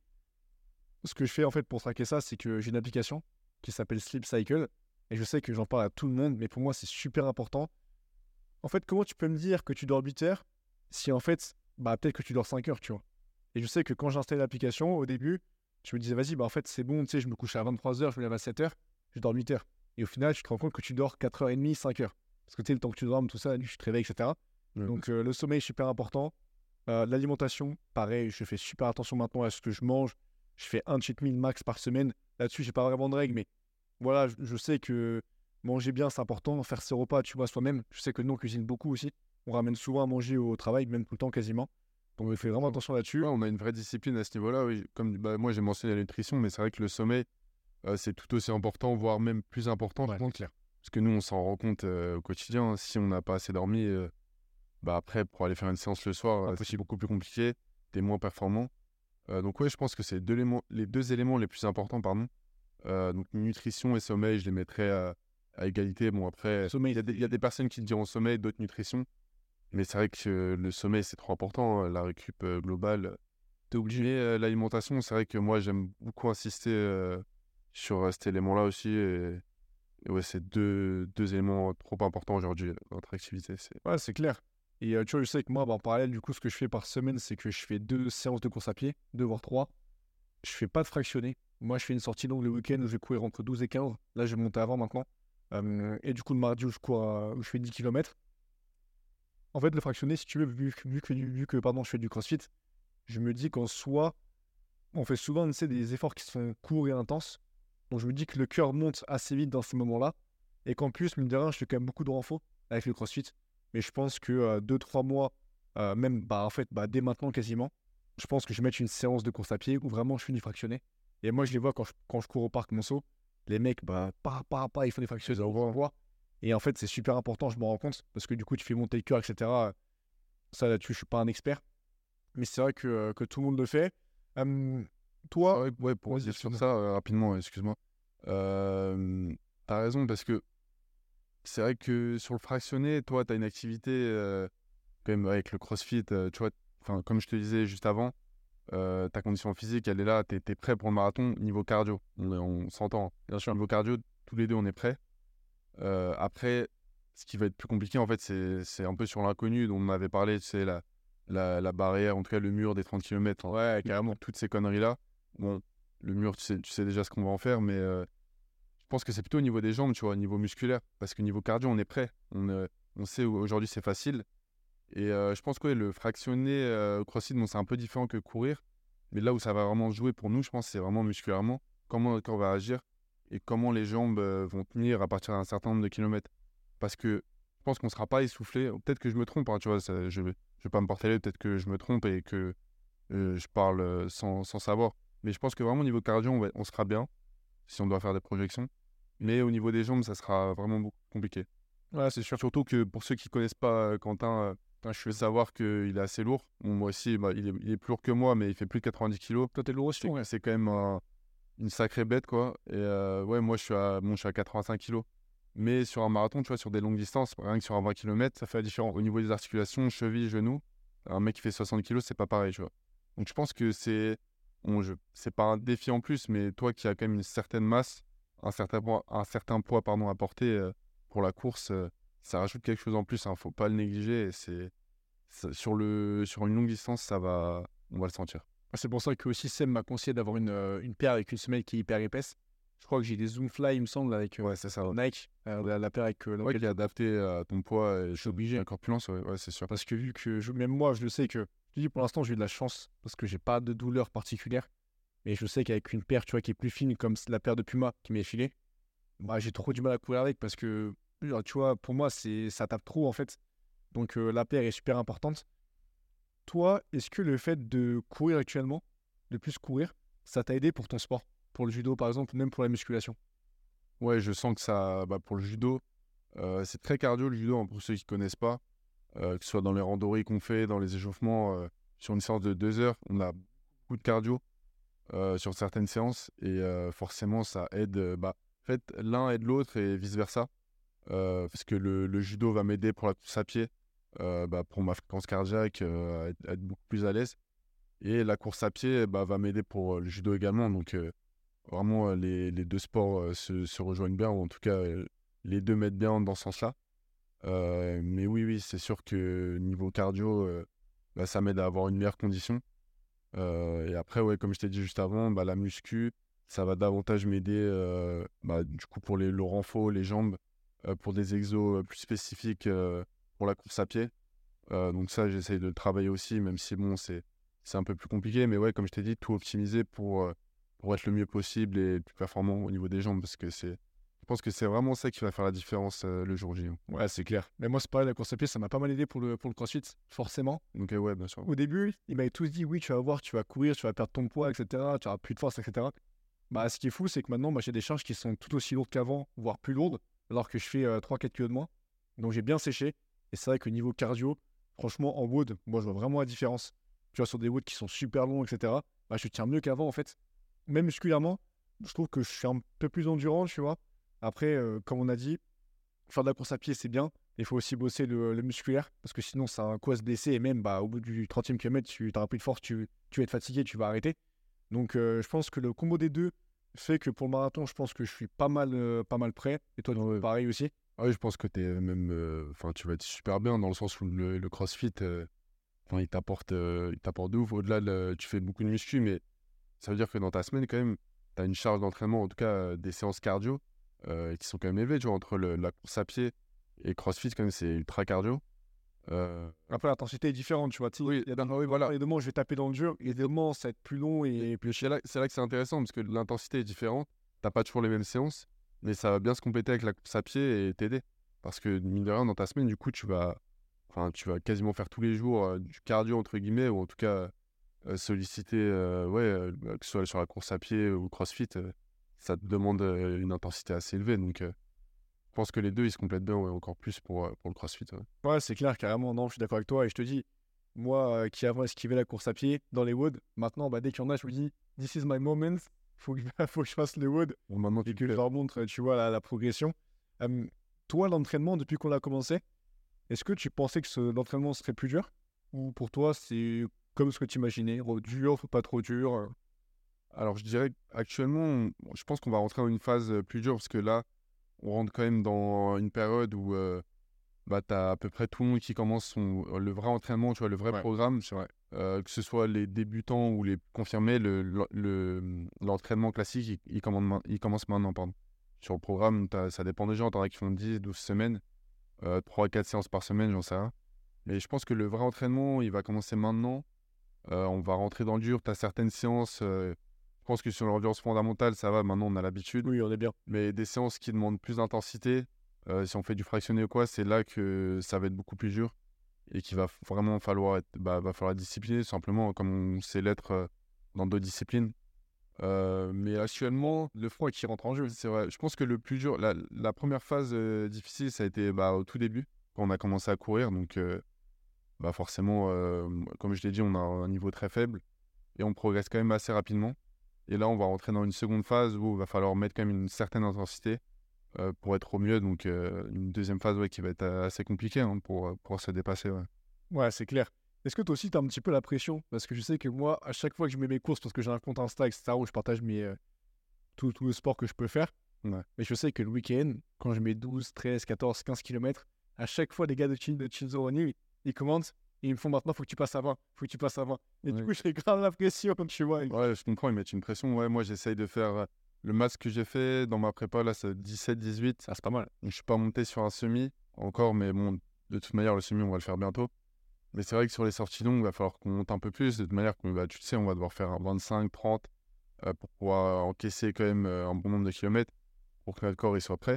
Ce que je fais en fait pour traquer ça, c'est que j'ai une application qui s'appelle Sleep Cycle. Et je sais que j'en parle à tout le monde, mais pour moi, c'est super important. En fait, comment tu peux me dire que tu dors huit heures si en fait, bah peut-être que tu dors cinq heures, tu vois. Et je sais que quand j'ai installé l'application, au début, je me disais, vas-y, bah en fait, c'est bon, tu sais, je me couche à vingt-trois heures, je me lève à sept heures, je dors huit heures. Et au final, tu te rends compte que tu dors quatre heures trente, cinq heures. Parce que tu sais, le temps que tu dormes, tout ça, la nuit, tu te réveilles, et cetera. Ouais, Donc, euh, le sommeil, super important. Euh, l'alimentation, pareil, je fais super attention maintenant à ce que je mange. Je fais un cheat meal max par semaine. Là-dessus, j'ai pas vraiment de règles, mais voilà, je, je sais que manger bien, c'est important. Faire ses repas, tu vois, soi-même. Je sais que nous, on cuisine beaucoup aussi. On ramène souvent à manger au travail, même tout le temps quasiment. Donc, on fait vraiment ouais, attention là-dessus. on a une vraie discipline à ce niveau-là. Oui. Comme bah, moi, j'ai mentionné la nutrition, mais c'est vrai que le sommeil, euh, c'est tout aussi important, voire même plus important, je Ouais, c'est pense. clair. Parce que nous, on s'en rend compte euh, au quotidien, hein. Si on n'a pas assez dormi, euh, bah après, pour aller faire une séance le soir, euh, c'est Impossible. beaucoup plus compliqué, t'es moins performant. Euh, donc ouais, je pense que c'est deux éléments, les deux éléments les plus importants, pardon. Euh, donc nutrition et sommeil, je les mettrais à, à égalité. Bon, après, Sommeil, il y a des, il y a c'est des personnes qui te diront sommeil, d'autres nutrition. Mais c'est vrai que euh, le sommeil, c'est trop important, hein, la récup euh, globale. t'es Mais obligé. euh, l'alimentation, c'est vrai que moi, j'aime beaucoup insister euh, sur euh, cet élément-là aussi. Et, et ouais, c'est deux, deux éléments trop importants aujourd'hui euh, dans notre activité. C'est... Ouais, c'est clair. Et euh, tu vois, je sais que moi, bah, en parallèle, du coup, ce que je fais par semaine, c'est que je fais deux séances de course à pied, deux voire trois. Je fais pas de fractionné. Moi, je fais une sortie longue le week-end où je vais courir entre douze et quinze. Là, je vais monter avant maintenant. Euh, et du coup, le mardi où je cours, à- où je fais dix kilomètres. En fait, le fractionné, si tu veux, vu, que- vu que, vu que pardon, je fais du crossfit, je me dis qu'en soi, on fait souvent tu sais, des efforts qui sont courts et intenses. Donc, je me dis que le cœur monte assez vite dans ces moments-là. Et qu'en plus, mine de rien, je fais quand même beaucoup de renfort avec le crossfit. Mais je pense que deux trois mois, euh, même bah, en fait, bah, dès maintenant quasiment, je pense que je vais mettre une séance de course à pied où vraiment je fais du fractionné. Et moi, je les vois quand je, quand je cours au parc Monceau, les mecs, bah, pas, pas, pas, ils font des fractionnés, on voit, on voit. Et en fait, c'est super important, je me rends compte, parce que du coup, tu fais monter le cœur, et cetera. Ça, là-dessus, je suis pas un expert. Mais c'est vrai que, euh, que tout le monde le fait. Hum, C'est toi, vrai que, ouais, pour vas-y, dire sur excuse-moi. ça, euh, rapidement, excuse-moi. Euh, T'as raison, parce que c'est vrai que sur le fractionné, toi, tu as une activité, euh, quand même, avec le crossfit, euh, tu vois, enfin, comme je te disais juste avant, euh, ta condition physique, elle est là, tu es prêt pour le marathon niveau cardio. On, est- on s'entend. Bien sûr. Niveau cardio, tous les deux, on est prêts. Euh, après, ce qui va être plus compliqué, en fait, c'est c'est un peu sur l'inconnu dont on avait parlé, c'est la, la, la barrière, en tout cas le mur des trente kilomètres. Ouais, carrément. Toutes ces conneries-là. Bon, le mur, tu sais, tu sais déjà ce qu'on va en faire, mais euh, je pense que c'est plutôt au niveau des jambes, tu vois, au niveau musculaire. Parce que niveau cardio, on est prêt. On, euh, on sait aujourd'hui c'est facile. Et euh, je pense que ouais, le fractionné euh, CrossFit, bon, c'est un peu différent que courir. Mais là où ça va vraiment jouer pour nous, je pense, c'est vraiment musculairement. Comment notre corps va agir et comment les jambes euh, vont tenir à partir d'un certain nombre de kilomètres. Parce que je pense qu'on ne sera pas essoufflé. Peut-être que je me trompe, hein, tu vois, ça, je ne vais pas me porter l'œil, peut-être que je me trompe et que euh, je parle euh, sans, sans savoir. Mais je pense que vraiment au niveau cardio, on, va- on sera bien si on doit faire des projections. Mais au niveau des jambes, ça sera vraiment beaucoup plus compliqué. Ouais, c'est sûr. Surtout que pour ceux qui ne connaissent pas euh, Quentin, euh, Putain, je il faut suis... savoir qu'il est assez lourd. Bon, moi aussi, bah, il, est, il est plus lourd que moi, mais il fait plus de quatre-vingt-dix kilos. Toi, t'es lourd aussi, C'est ouais. c'est quand même un- une sacrée bête, quoi. Et euh, ouais, moi, je suis à, bon, je suis à quatre-vingt-cinq kilos. Mais sur un marathon, tu vois, sur des longues distances, rien que sur un vingt kilomètres, ça fait la différence. Au niveau des articulations, chevilles, genoux, un mec qui fait soixante kilos, c'est pas pareil, tu vois. Donc je pense que c'est bon, je... c'est pas un défi en plus, mais toi qui as quand même une certaine masse, un certain poids, un certain poids pardon, à porter euh, pour la course, euh, ça rajoute quelque chose en plus, hein, faut pas le négliger. Et c'est ça- sur le sur une longue distance, ça va, on va le sentir. C'est pour ça que aussi Sem m'a conseillé d'avoir une, euh, une paire avec une semelle qui est hyper épaisse. Je crois que j'ai des Zoomfly, il me semble, avec euh, Ouais, c'est ça. Ouais, Nike, euh, la, la paire avec euh, ouais, laquelle qui est adapté à ton poids et je suis ta obligé. ta corpulence, ouais, ouais, c'est sûr. Parce que vu que je- même moi, je le sais que, je te dis pour l'instant, j'ai eu de la chance parce que j'ai pas de douleur particulière. Mais je sais qu'avec une paire, tu vois, qui est plus fine comme la paire de Puma qui m'est filée, bah, j'ai trop du mal à courir avec parce que, genre, tu vois, pour moi, c'est ça tape trop en fait. Donc euh, la paire est super importante. Toi, est-ce que le fait de courir actuellement, de plus courir, ça t'a aidé pour ton sport? Pour le judo, par exemple, ou même pour la musculation? Ouais, je sens que ça, bah, pour le judo, euh, c'est très cardio le judo, hein, pour ceux qui connaissent pas, euh, que ce soit dans les randonnées qu'on fait, dans les échauffements, euh, sur une séance de deux heures, on a beaucoup de cardio euh, sur certaines séances et euh, forcément ça aide. euh, bah, en fait, l'un aide l'autre et vice versa, euh, parce que le, le judo va m'aider pour la course à pied, euh, bah, pour ma fréquence cardiaque, euh, à être, à être beaucoup plus à l'aise, et la course à pied bah, va m'aider pour euh, le judo également. Donc euh, vraiment, euh, les, les deux sports euh, se, se rejoignent bien, ou en tout cas, euh, les deux m'aident bien dans ce sens-là. Euh, mais oui, oui, c'est sûr que niveau cardio, euh, bah, ça m'aide à avoir une meilleure condition. Euh, et après, ouais, comme je t'ai dit juste avant, bah, la muscu, ça va davantage m'aider euh, bah, du coup pour les, le renfort, les jambes, euh, pour des exos euh, plus spécifiques euh, pour la course à pied. Euh, donc ça, j'essaye de le travailler aussi, même si bon, c'est, c'est un peu plus compliqué. Mais ouais, comme je t'ai dit, tout optimiser pour, euh, pour être le mieux possible et le plus performant au niveau des jambes, parce que c'est, je pense que c'est vraiment ça qui va faire la différence euh, le jour J, hein. Ouais, c'est clair. Mais moi, c'est pareil, la course à pied, ça m'a pas mal aidé pour le, pour le CrossFit, forcément. Donc euh, ouais, bien sûr. Au début, ils m'avaient tous dit, oui, tu vas voir, tu vas courir, tu vas perdre ton poids, et cetera. Tu auras plus de force, et cetera. Bah, ce qui est fou, c'est que maintenant, bah, j'ai des charges qui sont tout aussi lourdes qu'avant, voire plus lourdes, alors que je fais euh, trois quatre kilos de moins. Donc j'ai bien séché. Et c'est vrai que niveau cardio, franchement, en wood, moi, je vois vraiment la différence. Tu vois, sur des woods qui sont super longs, et cetera. Bah, je tiens mieux qu'avant, en fait. Même musculairement, je trouve que je suis un peu plus endurant, tu vois. Après, euh, comme on a dit, faire de la course à pied, c'est bien. Il faut aussi bosser le, le musculaire, parce que sinon, ça a un coup à se blesser. Et même, bah, au bout du trentième kilomètre, tu n'auras plus de force, tu, tu vas être fatigué, tu vas arrêter. Donc, euh, je pense que le combo des deux fait que pour le marathon, je pense que je suis pas mal, euh, pas mal prêt. Et toi, tu Ouais. pareil aussi. Ah oui, je pense que t'es même, euh, enfin, tu vas être super bien dans le sens où le, le CrossFit, euh, enfin, il t'apporte, euh, il t'apporte de ouf. Au-delà, de, tu fais beaucoup de muscu, mais ça veut dire que dans ta semaine, quand même, tu as une charge d'entraînement, en tout cas euh, des séances cardio, euh, qui sont quand même élevées, tu vois, entre le- la course à pied et CrossFit, quand même, c'est ultra cardio. Euh, Après, l'intensité est différente, tu vois. Tu sais, oui, il y a non, des, oui, voilà. il y a des moments où je vais taper dans le dur, et des moments, ça va être plus long et plus C'est chiant. là, c'est là que c'est intéressant parce que l'intensité est différente. T'as pas toujours les mêmes séances, mais ça va bien se compléter avec la course à pied et t'aider. Parce que mine de rien, dans ta semaine, du coup, tu vas, enfin, tu vas quasiment faire tous les jours euh, du cardio entre guillemets, ou en tout cas euh, solliciter, euh, ouais, euh, bah, que ce soit sur la course à pied ou le CrossFit, euh, ça te demande euh, une intensité assez élevée. Donc, euh, je pense que les deux, ils se complètent bien, ouais, encore plus pour, euh, pour le CrossFit. Ouais. Ouais, c'est clair, carrément. Non, je suis d'accord avec toi. Et je te dis, moi euh, qui avant esquivais la course à pied dans les woods, maintenant, bah, dès qu'il y en a, je me dis, this is my moment. Faut que, faut que je fasse les woods Bon, maintenant, et tu que je le fais. leur montre, tu vois, la, la progression. Euh, toi, l'entraînement, depuis qu'on a commencé, est-ce que tu pensais que ce- l'entraînement serait plus dur? Ou pour toi, c'est comme ce que tu imaginais, re- dur, faut pas trop dur? euh Alors, je dirais qu'actuellement, on- je pense qu'on va rentrer dans une phase euh, plus dure parce que là, on rentre quand même dans une période où euh, bah, tu as à peu près tout le monde qui commence son, le vrai entraînement, tu vois, le vrai Ouais, programme, c'est vrai. euh, que ce soit les débutants ou les confirmés, le, le- le- l'entraînement classique, il, il commande main- il commence maintenant, pardon. Sur le programme, t'as- ça dépend des gens, t'en as qui font dix, douze semaines, euh, trois à quatre séances par semaine, j'en sais rien. Mais je pense que le vrai entraînement, il va commencer maintenant. Euh, on va rentrer dans le dur, tu as certaines séances, euh, je pense que sur l'endurance fondamentale, ça va, maintenant on a l'habitude. Oui, on est bien. Mais des séances qui demandent plus d'intensité, euh, si on fait du fractionné ou quoi, c'est là que ça va être beaucoup plus dur et qu'il va vraiment falloir être, bah, va falloir être discipliné, simplement comme on sait l'être euh, dans d'autres disciplines. Euh, mais actuellement, Le froid qui rentre en jeu. c'est vrai, je pense que le plus dur, la, la première phase euh, difficile, ça a été bah, au tout début, quand on a commencé à courir. Donc, euh, bah, forcément, euh, comme je l'ai dit, on a un niveau très faible et on progresse quand même assez rapidement. Et là, on va rentrer dans une seconde phase où il va falloir mettre quand même une certaine intensité euh, pour être au mieux. Donc, euh, une deuxième phase ouais, qui va être euh, assez compliquée hein, pour, pour se dépasser. Ouais. Ouais, c'est clair. Est-ce que toi aussi, tu as un petit peu la pression? Parce que je sais que moi, à chaque fois que je mets mes courses, parce que j'ai un compte Insta, et cetera, où je partage mes, euh, tout, tout le sport que je peux faire, Ouais. mais je sais que le week-end, quand je mets douze, treize, quatorze, quinze kilomètres, à chaque fois, les gars de Chill, de Chillzo Running, ils commentent et ils me font maintenant, faut que tu passes à vingt, faut que tu passes à vingt. Et du Ouais. coup, j'ai grave la pression, tu vois. Ouais, je comprends, ils mettent une pression. Ouais, moi, j'essaye de faire euh, le max que j'ai fait dans ma prépa, là, c'est dix-sept dix-huit. Ça, c'est pas mal. Je suis pas monté sur un semi encore, mais bon, de toute manière, le semi, on va le faire bientôt. Mais c'est vrai que sur les sorties longues, il va falloir qu'on monte un peu plus. De toute manière, que, bah, tu le sais, on va devoir faire un vingt-cinq trente euh, pour pouvoir encaisser quand même euh, un bon nombre de kilomètres pour que notre corps il soit prêt.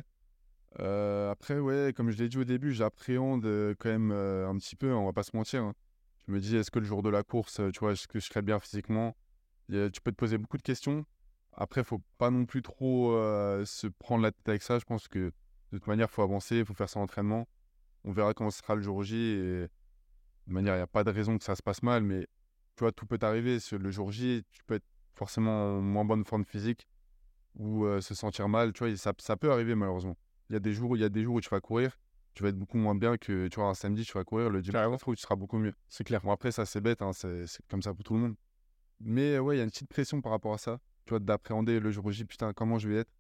Euh, après, ouais, comme je l'ai dit au début, j'appréhende euh, quand même euh, un petit peu, on va pas se mentir. Hein. Je me dis, est-ce que le jour de la course, euh, tu vois, est-ce que je serai bien physiquement? Il y a- Tu peux te poser beaucoup de questions. Après, faut pas non plus trop euh, se prendre la tête avec ça. Je pense que de toute manière, il faut avancer, il faut faire son entraînement. On verra comment ce sera le jour J. Et de toute manière, il n'y a pas de raison que ça se passe mal, mais tu vois, tout peut arriver. Sur le jour J, tu peux être forcément en moins bonne forme physique ou euh, se sentir mal. Tu vois, et ça, ça peut arriver malheureusement. Il y a des jours, il y a des jours où tu vas courir, tu vas être beaucoup moins bien que tu vois, un samedi, tu vas courir. Le dimanche, Carrément. ça se trouve, tu seras beaucoup mieux. C'est clair. Bon, après, ça, c'est bête, hein, c'est c'est comme ça pour tout le monde. Mais euh, ouais, il y a une petite pression par rapport à ça. Tu vois, d'appréhender le jour J, putain, comment je vais être.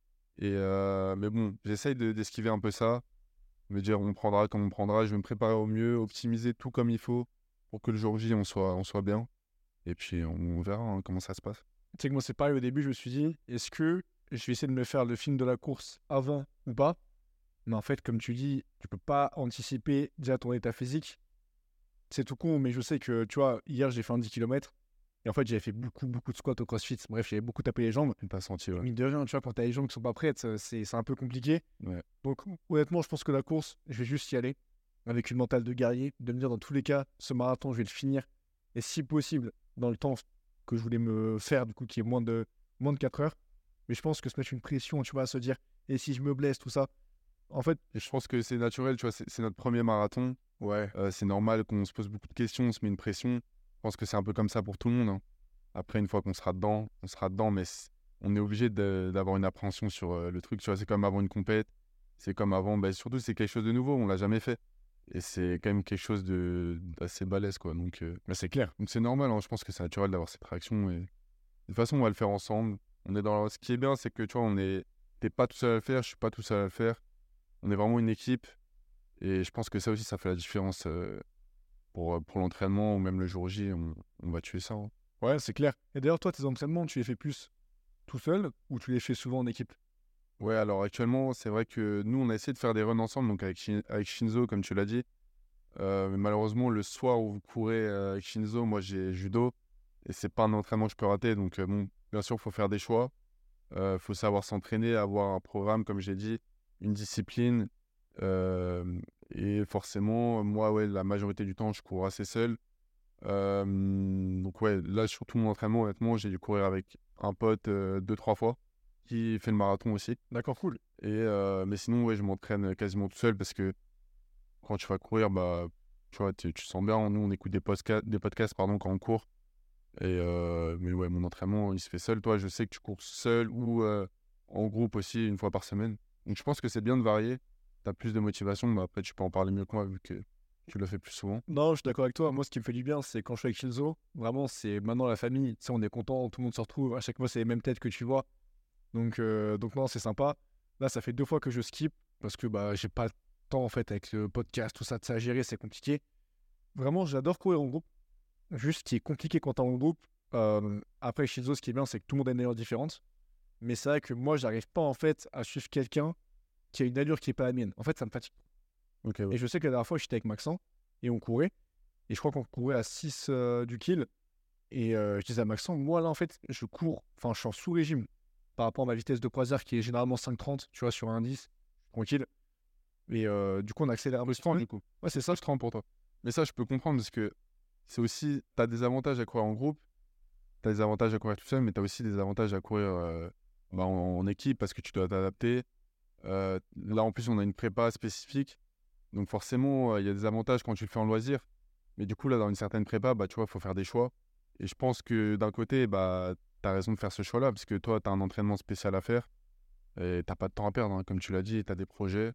Et euh, mais bon, j'essaye de- d'esquiver un peu ça. Me dire, on prendra comme on prendra. Je vais me préparer au mieux, optimiser tout comme il faut pour que le jour J, on soit, on soit bien. Et puis, on, on verra hein, comment ça se passe. Tu sais que moi, c'est pareil au début, je me suis dit, est-ce que je vais essayer de me faire le film de la course avant ou pas? Mais en fait, comme tu dis, tu peux pas anticiper déjà ton état physique. C'est tout con, mais je sais que, tu vois, hier, j'ai fait un dix kilomètres. Et en fait, j'avais fait beaucoup, beaucoup de squats au CrossFit. Bref, j'avais beaucoup tapé les jambes. Pas senti, Et ouais. mine de rien, tu vois, quand t'as les jambes qui sont pas prêtes, euh, c'est c'est un peu compliqué. Ouais. Donc, honnêtement, je pense que la course, je vais juste y aller avec une mentale de guerrier, de me dire, dans tous les cas, ce marathon, je vais le finir. Et si possible, dans le temps que je voulais me faire, du coup, qui est moins de, moins de quatre heures. Mais je pense que se mettre une pression, tu vois, à se dire, et si je me blesse, tout ça. En fait, Et je pense que c'est naturel, tu vois, c'est c'est notre premier marathon. ouais, Euh, c'est normal qu'on se pose beaucoup de questions, on se met une pression. Je pense que c'est un peu comme ça pour tout le monde. Hein. Après, une fois qu'on sera dedans, on sera dedans, mais c- on est obligé de- d'avoir une appréhension sur euh, le truc. Tu vois, c'est comme avant une compète, c'est comme avant. Bah, surtout, c'est quelque chose de nouveau, on l'a jamais fait. Et c'est quand même quelque chose de d'assez balèze, quoi. Donc, euh, mais c'est clair. donc c'est normal. Hein. Je pense que c'est naturel d'avoir cette réaction. Et de toute façon, on va le faire ensemble. On est dans. Ce qui est bien, c'est que tu vois, on est. T'es pas tout seul à le faire, je suis pas tout seul à le faire. On est vraiment une équipe. Et je pense que ça aussi, ça fait la différence euh, pour, euh, pour l'entraînement ou même le jour J. On, on va tuer ça. Hein. Ouais, c'est clair. Et d'ailleurs, toi, tes entraînements, tu les fais plus tout seul ou tu les fais souvent en équipe? Ouais, alors actuellement, c'est vrai que nous, on a essayé de faire des runs ensemble, donc avec, Shin- avec Shinzo, comme tu l'as dit. Euh, mais malheureusement, le soir où vous courez euh, avec Shinzo, moi j'ai judo et c'est pas un entraînement que je peux rater. Donc, euh, bon, bien sûr, il faut faire des choix. Il faut savoir s'entraîner, avoir un programme, comme j'ai dit, une discipline. euh, et forcément, moi, ouais, la majorité du temps, je cours assez seul. Euh, donc, ouais, là, surtout mon entraînement, honnêtement, j'ai dû courir avec un pote euh, deux, trois fois qui fait le marathon aussi. D'accord, cool. Et, euh, mais sinon, ouais, je m'entraîne quasiment tout seul parce que quand tu vas courir, bah, tu vois, tu, tu sens bien. Nous, on écoute des, podca- des podcasts pardon, quand on court. Et, euh, mais ouais, mon entraînement, il se fait seul. Toi, je sais que tu cours seul ou euh, en groupe aussi, une fois par semaine. Donc, je pense que c'est bien de varier. Tu as plus de motivation. Mais après, tu peux en parler mieux que moi vu que tu le fais plus souvent. Non, je suis d'accord avec toi. Moi, ce qui me fait du bien, c'est quand je suis avec Shinzo, vraiment, c'est maintenant la famille. Tu sais, on est content, tout le monde se retrouve. À chaque fois, c'est les mêmes têtes que tu vois. Donc, euh, donc non, c'est sympa. Là, ça fait deux fois que je skip parce que bah, j'ai pas temps en fait avec le podcast, tout ça, de ça à gérer, c'est compliqué. Vraiment, j'adore courir en groupe. Juste, ce qui est compliqué quand t'es en groupe, euh, après Shinzo, ce qui est bien, c'est que tout le monde a une allure différente. Mais c'est vrai que moi, j'arrive pas en fait à suivre quelqu'un qui a une allure qui est pas la mienne. En fait, ça me fatigue. Ok, ouais. Et je sais que la dernière fois, j'étais avec Maxent et on courait. Et je crois qu'on courait à six euh, du kill. Et euh, je disais à Maxent, moi là, en fait, je cours, enfin, je suis en sous-régime par rapport à ma vitesse de croisière qui est généralement cinq trente, tu vois, sur un dix, tranquille. Et euh, du coup, on accélère un petit Frustrant, peu. du coup. Ouais, c'est ça. Frustrant pour toi. Mais ça, je peux comprendre parce que c'est aussi, t'as des avantages à courir en groupe, t'as des avantages à courir tout seul, mais t'as aussi des avantages à courir euh, bah, en, en équipe parce que tu dois t'adapter. Euh, là, en plus, on a une prépa spécifique. Donc forcément, euh, il y a des avantages quand tu le fais en loisir. Mais du coup, là, dans une certaine prépa, bah, tu vois, il faut faire des choix. Et je pense que d'un côté, bah, tu as raison de faire ce choix-là, parce que toi, tu as un entraînement spécial à faire. Et tu pas de temps à perdre, hein, comme tu l'as dit, tu as des projets.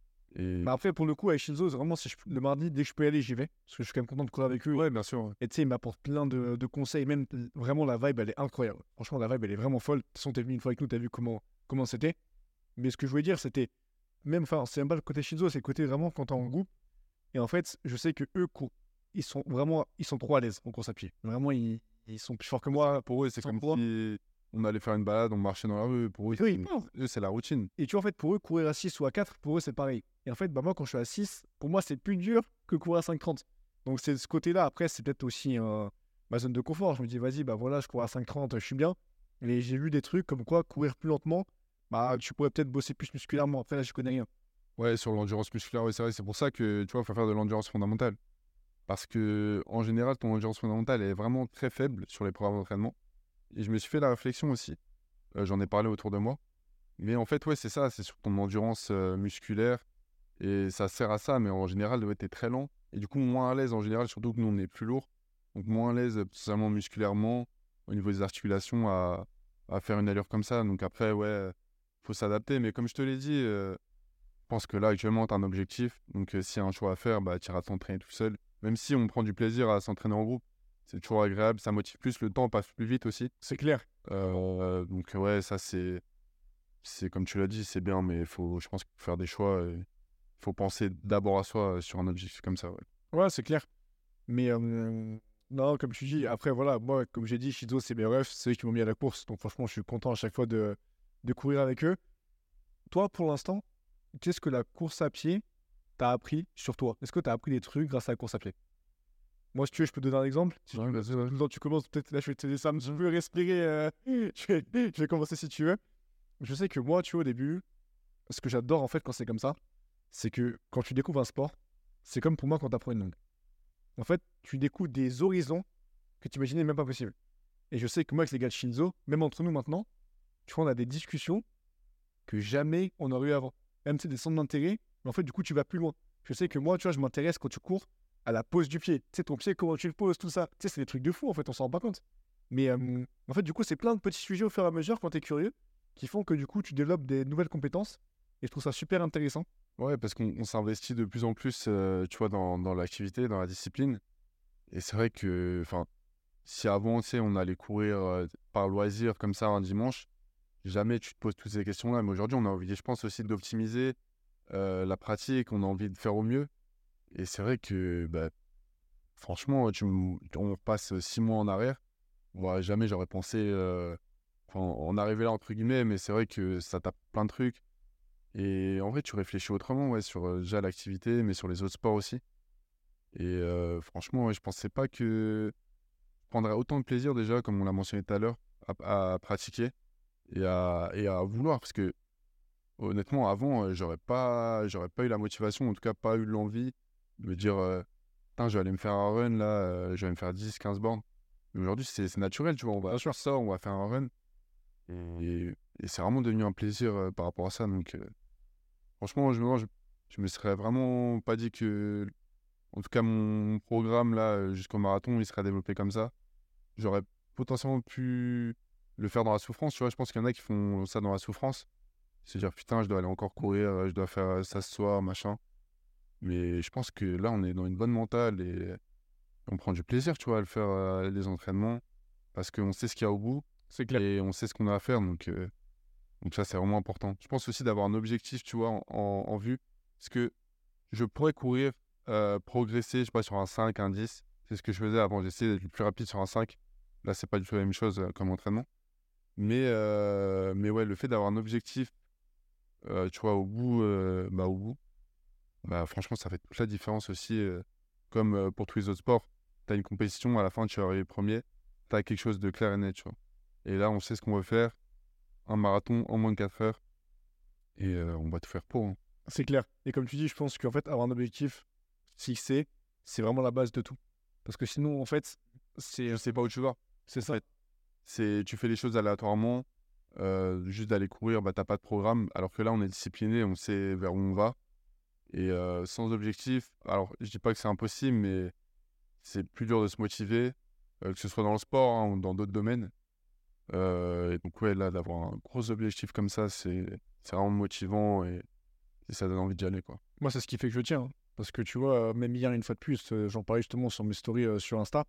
Et Mais après, pour le coup, avec Shinzo, c'est vraiment, si je- le mardi, dès que je peux y aller, j'y vais. Parce que je suis quand même content de courir avec eux. ouais, bien sûr. Ouais. Et tu sais, il m'apporte plein de, de conseils. Même euh, vraiment, la vibe, elle est incroyable. Franchement, la vibe, elle est vraiment folle. De toute façon, t'es venu une fois avec nous, t'as vu comment comment c'était. Mais ce que je voulais dire, c'était même, enfin, c'est même pas le côté Shinzo, c'est le côté vraiment quand t'es en groupe. Et en fait, je sais que eux, courent. Ils sont vraiment, ils sont trop à l'aise en course à pied. Vraiment, ils, ils sont plus forts que moi. Pour eux, c'est Sans comme poids. si on allait faire une balade, on marchait dans la rue. Pour eux, Et eux, ils c'est- partent. eux, c'est la routine. Et tu vois, en fait, pour eux, courir à six ou à quatre, pour eux, c'est pareil. Et en fait, bah, moi, quand je suis à six, pour moi, c'est plus dur que courir à cinq trente. Donc, c'est ce côté-là. Après, c'est peut-être aussi euh, ma zone de confort. Je me dis, vas-y, bah voilà, je cours à cinq trente, je suis bien. Et j'ai vu des trucs comme quoi, courir plus lentement, bah, tu pourrais peut-être bosser plus musculairement. Après, là, je connais rien. Ouais, sur l'endurance musculaire, ouais, c'est vrai. C'est pour ça que, tu vois, il faut faire de l'endurance fondamentale. Parce que, en général, ton endurance fondamentale est vraiment très faible sur les programmes d'entraînement. Et je me suis fait la réflexion aussi. Euh, j'en ai parlé autour de moi. Mais en fait, ouais, c'est ça, c'est sur ton endurance euh, musculaire. Et ça sert à ça, mais en général, ouais, t'es très lent. Et du coup, moins à l'aise en général, surtout que nous, on est plus lourd. Donc, moins à l'aise, seulement musculairement, au niveau des articulations, à, à faire une allure comme ça. Donc après, ouais, faut s'adapter. Mais comme je te l'ai dit, euh, je pense que là, actuellement, tu as un objectif. Donc, euh, s'il y a un choix à faire, bah, tu iras t'entraîner tout seul. Même si on prend du plaisir à s'entraîner en groupe, c'est toujours agréable, ça motive plus, le temps passe plus vite aussi. C'est clair. Euh, donc, ouais, ça, c'est, c'est comme tu l'as dit, c'est bien, mais faut, je pense qu'il faut faire des choix. Il faut penser d'abord à soi euh, sur un objectif comme ça. Ouais. Ouais, c'est clair. Mais euh, non, comme tu dis, après, voilà, moi, comme j'ai dit, Shizo, c'est mes refs, c'est eux qui m'ont mis à la course. Donc, franchement, je suis content à chaque fois de, de courir avec eux. Toi, pour l'instant, qu'est-ce que la course à pied t'a appris sur toi? Est-ce que t'as appris des trucs grâce à la course à pied? Moi, si tu veux, je peux te donner un exemple. Si Ouais, tu vas-y, ouais. tout le temps tu commences, peut-être là, je vais te laisser ça un petit peu respirer. euh, je, vais, je vais commencer si tu veux. Je sais que moi, tu vois, au début, ce que j'adore en fait quand c'est comme ça, c'est que quand tu découvres un sport, c'est comme pour moi quand tu apprends une langue. En fait, tu découvres des horizons que tu imaginais même pas possible. Et je sais que moi, avec les gars de Shinzo, même entre nous maintenant, tu vois, on a des discussions que jamais on aurait eu avant. Même tu sais, des centres d'intérêt, mais en fait, du coup, tu vas plus loin. Je sais que moi, tu vois, je m'intéresse quand tu cours à la pose du pied. Tu sais, ton pied, comment tu le poses, tout ça. Tu sais, c'est des trucs de fou, en fait, on s'en rend pas compte. Mais euh, en fait, du coup, c'est plein de petits sujets au fur et à mesure quand tu es curieux qui font que du coup, tu développes des nouvelles compétences. Et je trouve ça super intéressant. Ouais, parce qu'on on s'investit de plus en plus, euh, tu vois, dans, dans l'activité, dans la discipline. Et c'est vrai que, enfin, si avant, tu sais, on allait courir euh, par loisir comme ça un dimanche, jamais tu te poses toutes ces questions-là. Mais aujourd'hui, on a envie, je pense aussi d'optimiser euh, la pratique, on a envie de faire au mieux. Et c'est vrai que, bah, franchement, tu, m- on passe six mois en arrière. Moi, jamais j'aurais pensé euh, enfin, en arriver là, entre guillemets, mais c'est vrai que ça tape plein de trucs. Et en vrai, tu réfléchis autrement, ouais, sur euh, déjà l'activité, mais sur les autres sports aussi. Et euh, franchement, ouais, je pensais pas que je prendrais autant de plaisir déjà, comme on l'a mentionné tout à l'heure, à, à pratiquer et à, et à vouloir. Parce que honnêtement, avant, euh, j'aurais pas, j'aurais pas eu la motivation, en tout cas pas eu l'envie de me dire, euh, putain, je vais aller me faire un run là, euh, je vais me faire dix quinze bornes. Mais aujourd'hui, c'est c'est naturel, tu vois, on va faire ça, on va faire un run. Et, et c'est vraiment devenu un plaisir euh, par rapport à ça. Donc, euh, franchement, je, moi, je, je me serais vraiment pas dit que, en tout cas, mon programme là, euh, jusqu'au marathon, il serait développé comme ça. J'aurais potentiellement pu le faire dans la souffrance, tu vois. Je pense qu'il y en a qui font ça dans la souffrance. Se dire, putain, je dois aller encore courir, euh, je dois faire euh, ça ce soir, machin. Mais je pense que là, on est dans une bonne mentale et on prend du plaisir, tu vois, à le faire, euh, les entraînements, parce qu'on sait ce qu'il y a au bout C'est clair. et on sait ce qu'on a à faire. Donc, euh, donc ça, c'est vraiment important. Je pense aussi d'avoir un objectif, tu vois, en, en- en vue. Parce que je pourrais courir, euh, progresser, je sais pas, sur un cinq, un dix. C'est ce que je faisais avant. J'essayais d'être le plus rapide sur un cinq. Là, c'est pas du tout la même chose euh, comme entraînement. Mais, euh, mais ouais, le fait d'avoir un objectif, euh, tu vois, au bout, euh, bah, au bout, bah, franchement, ça fait toute la différence aussi. euh, comme euh, pour tous les autres sports, tu as une compétition, à la fin, tu vas arriver premier, tu as quelque chose de clair et net, tu vois. Et là, on sait ce qu'on veut faire, un marathon en moins de quatre heures, et euh, on va tout faire pour. hein. C'est clair. Et comme tu dis, je pense qu'en fait, avoir un objectif fixé, c'est vraiment la base de tout. Parce que sinon, en fait, c'est Je sais pas où tu vas. c'est En ça. fait, c'est, tu fais les choses aléatoirement, euh, juste d'aller courir, bah, t'as pas de programme, alors que là, on est discipliné, on sait vers où on va. Et euh, sans objectif, alors je dis pas que c'est impossible, mais c'est plus dur de se motiver, euh, que ce soit dans le sport hein, ou dans d'autres domaines. Euh, et donc, ouais, là, d'avoir un gros objectif comme ça, c'est c'est vraiment motivant et, et ça donne envie d'y aller, quoi. Moi, c'est ce qui fait que je tiens. hein. Parce que tu vois, euh, même hier, une fois de plus, euh, j'en parlais justement sur mes stories euh, sur Insta,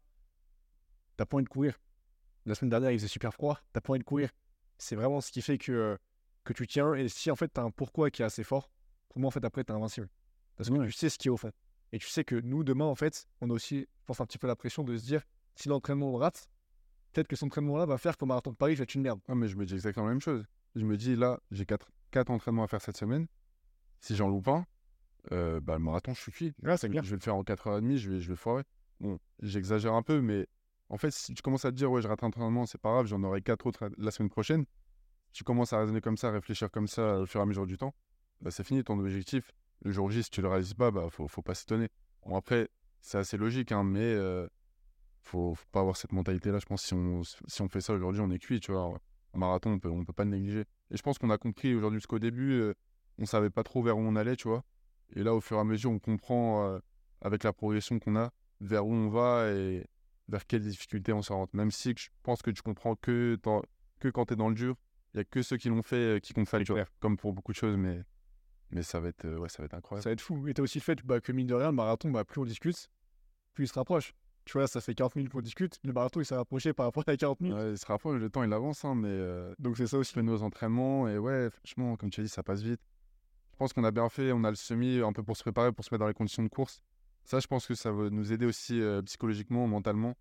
t'as pas envie de courir. La semaine dernière, il faisait super froid, t'as pas envie de courir. C'est vraiment ce qui fait que, euh, que tu tiens. Et si en fait, t'as un pourquoi qui est assez fort, pour moi, en fait, après, t'es invincible. Parce que Ouais. tu sais ce qui est au fond. Et tu sais que nous, demain, en fait, on a aussi, je pense, un petit peu la pression de se dire, si l'entraînement on le rate, peut-être que cet entraînement-là va faire qu'au marathon de Paris, je vais être une merde. Ah, mais je me dis exactement la même chose. Je me dis, là, j'ai quatre, quatre entraînements à faire cette semaine. Si j'en loupe un, euh, bah, le marathon, je suis cuit. Ouais, c'est Je clair. vais le faire en quatre heures trente, je vais, je vais foirer. Bon, j'exagère un peu, mais en fait, si tu commences à te dire, ouais, je rate un entraînement, c'est pas grave, j'en aurai quatre autres la semaine prochaine, tu commences à raisonner comme ça, à réfléchir comme ça au fur et à mesure du temps, bah, c'est fini ton objectif. Le jour J, si tu le réalises pas, bah, faut, faut pas s'étonner. Bon, après, c'est assez logique, hein, mais euh, faut, faut pas avoir cette mentalité-là. Je pense que si on, si on fait ça aujourd'hui, on est cuit, tu vois. Un marathon, on peut, on peut pas le négliger. Et je pense qu'on a compris aujourd'hui, parce qu'au début, euh, on savait pas trop vers où on allait, tu vois. Et là, au fur et à mesure, on comprend, euh, avec la progression qu'on a, vers où on va et vers quelles difficultés on s'en rentre. Même si je pense que tu comprends que, dans- que quand tu es dans le dur, il y a que ceux qui l'ont fait euh, qui comptent C'est tu vois. clair. Comme pour beaucoup de choses, mais, mais ça va être, euh, ouais, ça va être incroyable. Ça va être fou. Et t'as aussi le fait bah, que, mine de rien, le marathon, bah, plus on discute, plus il se rapproche. Tu vois, ça fait quarante minutes qu'on discute, le marathon, il s'est rapproché par rapport à quarante minutes. Ouais, il se rapproche, le temps il avance, hein, mais euh, Donc c'est ça on aussi. fait nos entraînements et ouais, franchement, comme tu as dit, ça passe vite. Je pense qu'on a bien fait, on a le semi un peu pour se préparer, pour se mettre dans les conditions de course. Ça, je pense que ça va nous aider aussi euh, psychologiquement, mentalement,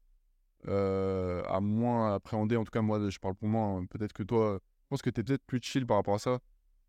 euh, à moins appréhender. En tout cas, moi, je parle pour moi. hein, Peut-être que toi, je pense que tu es peut-être plus chill par rapport à ça,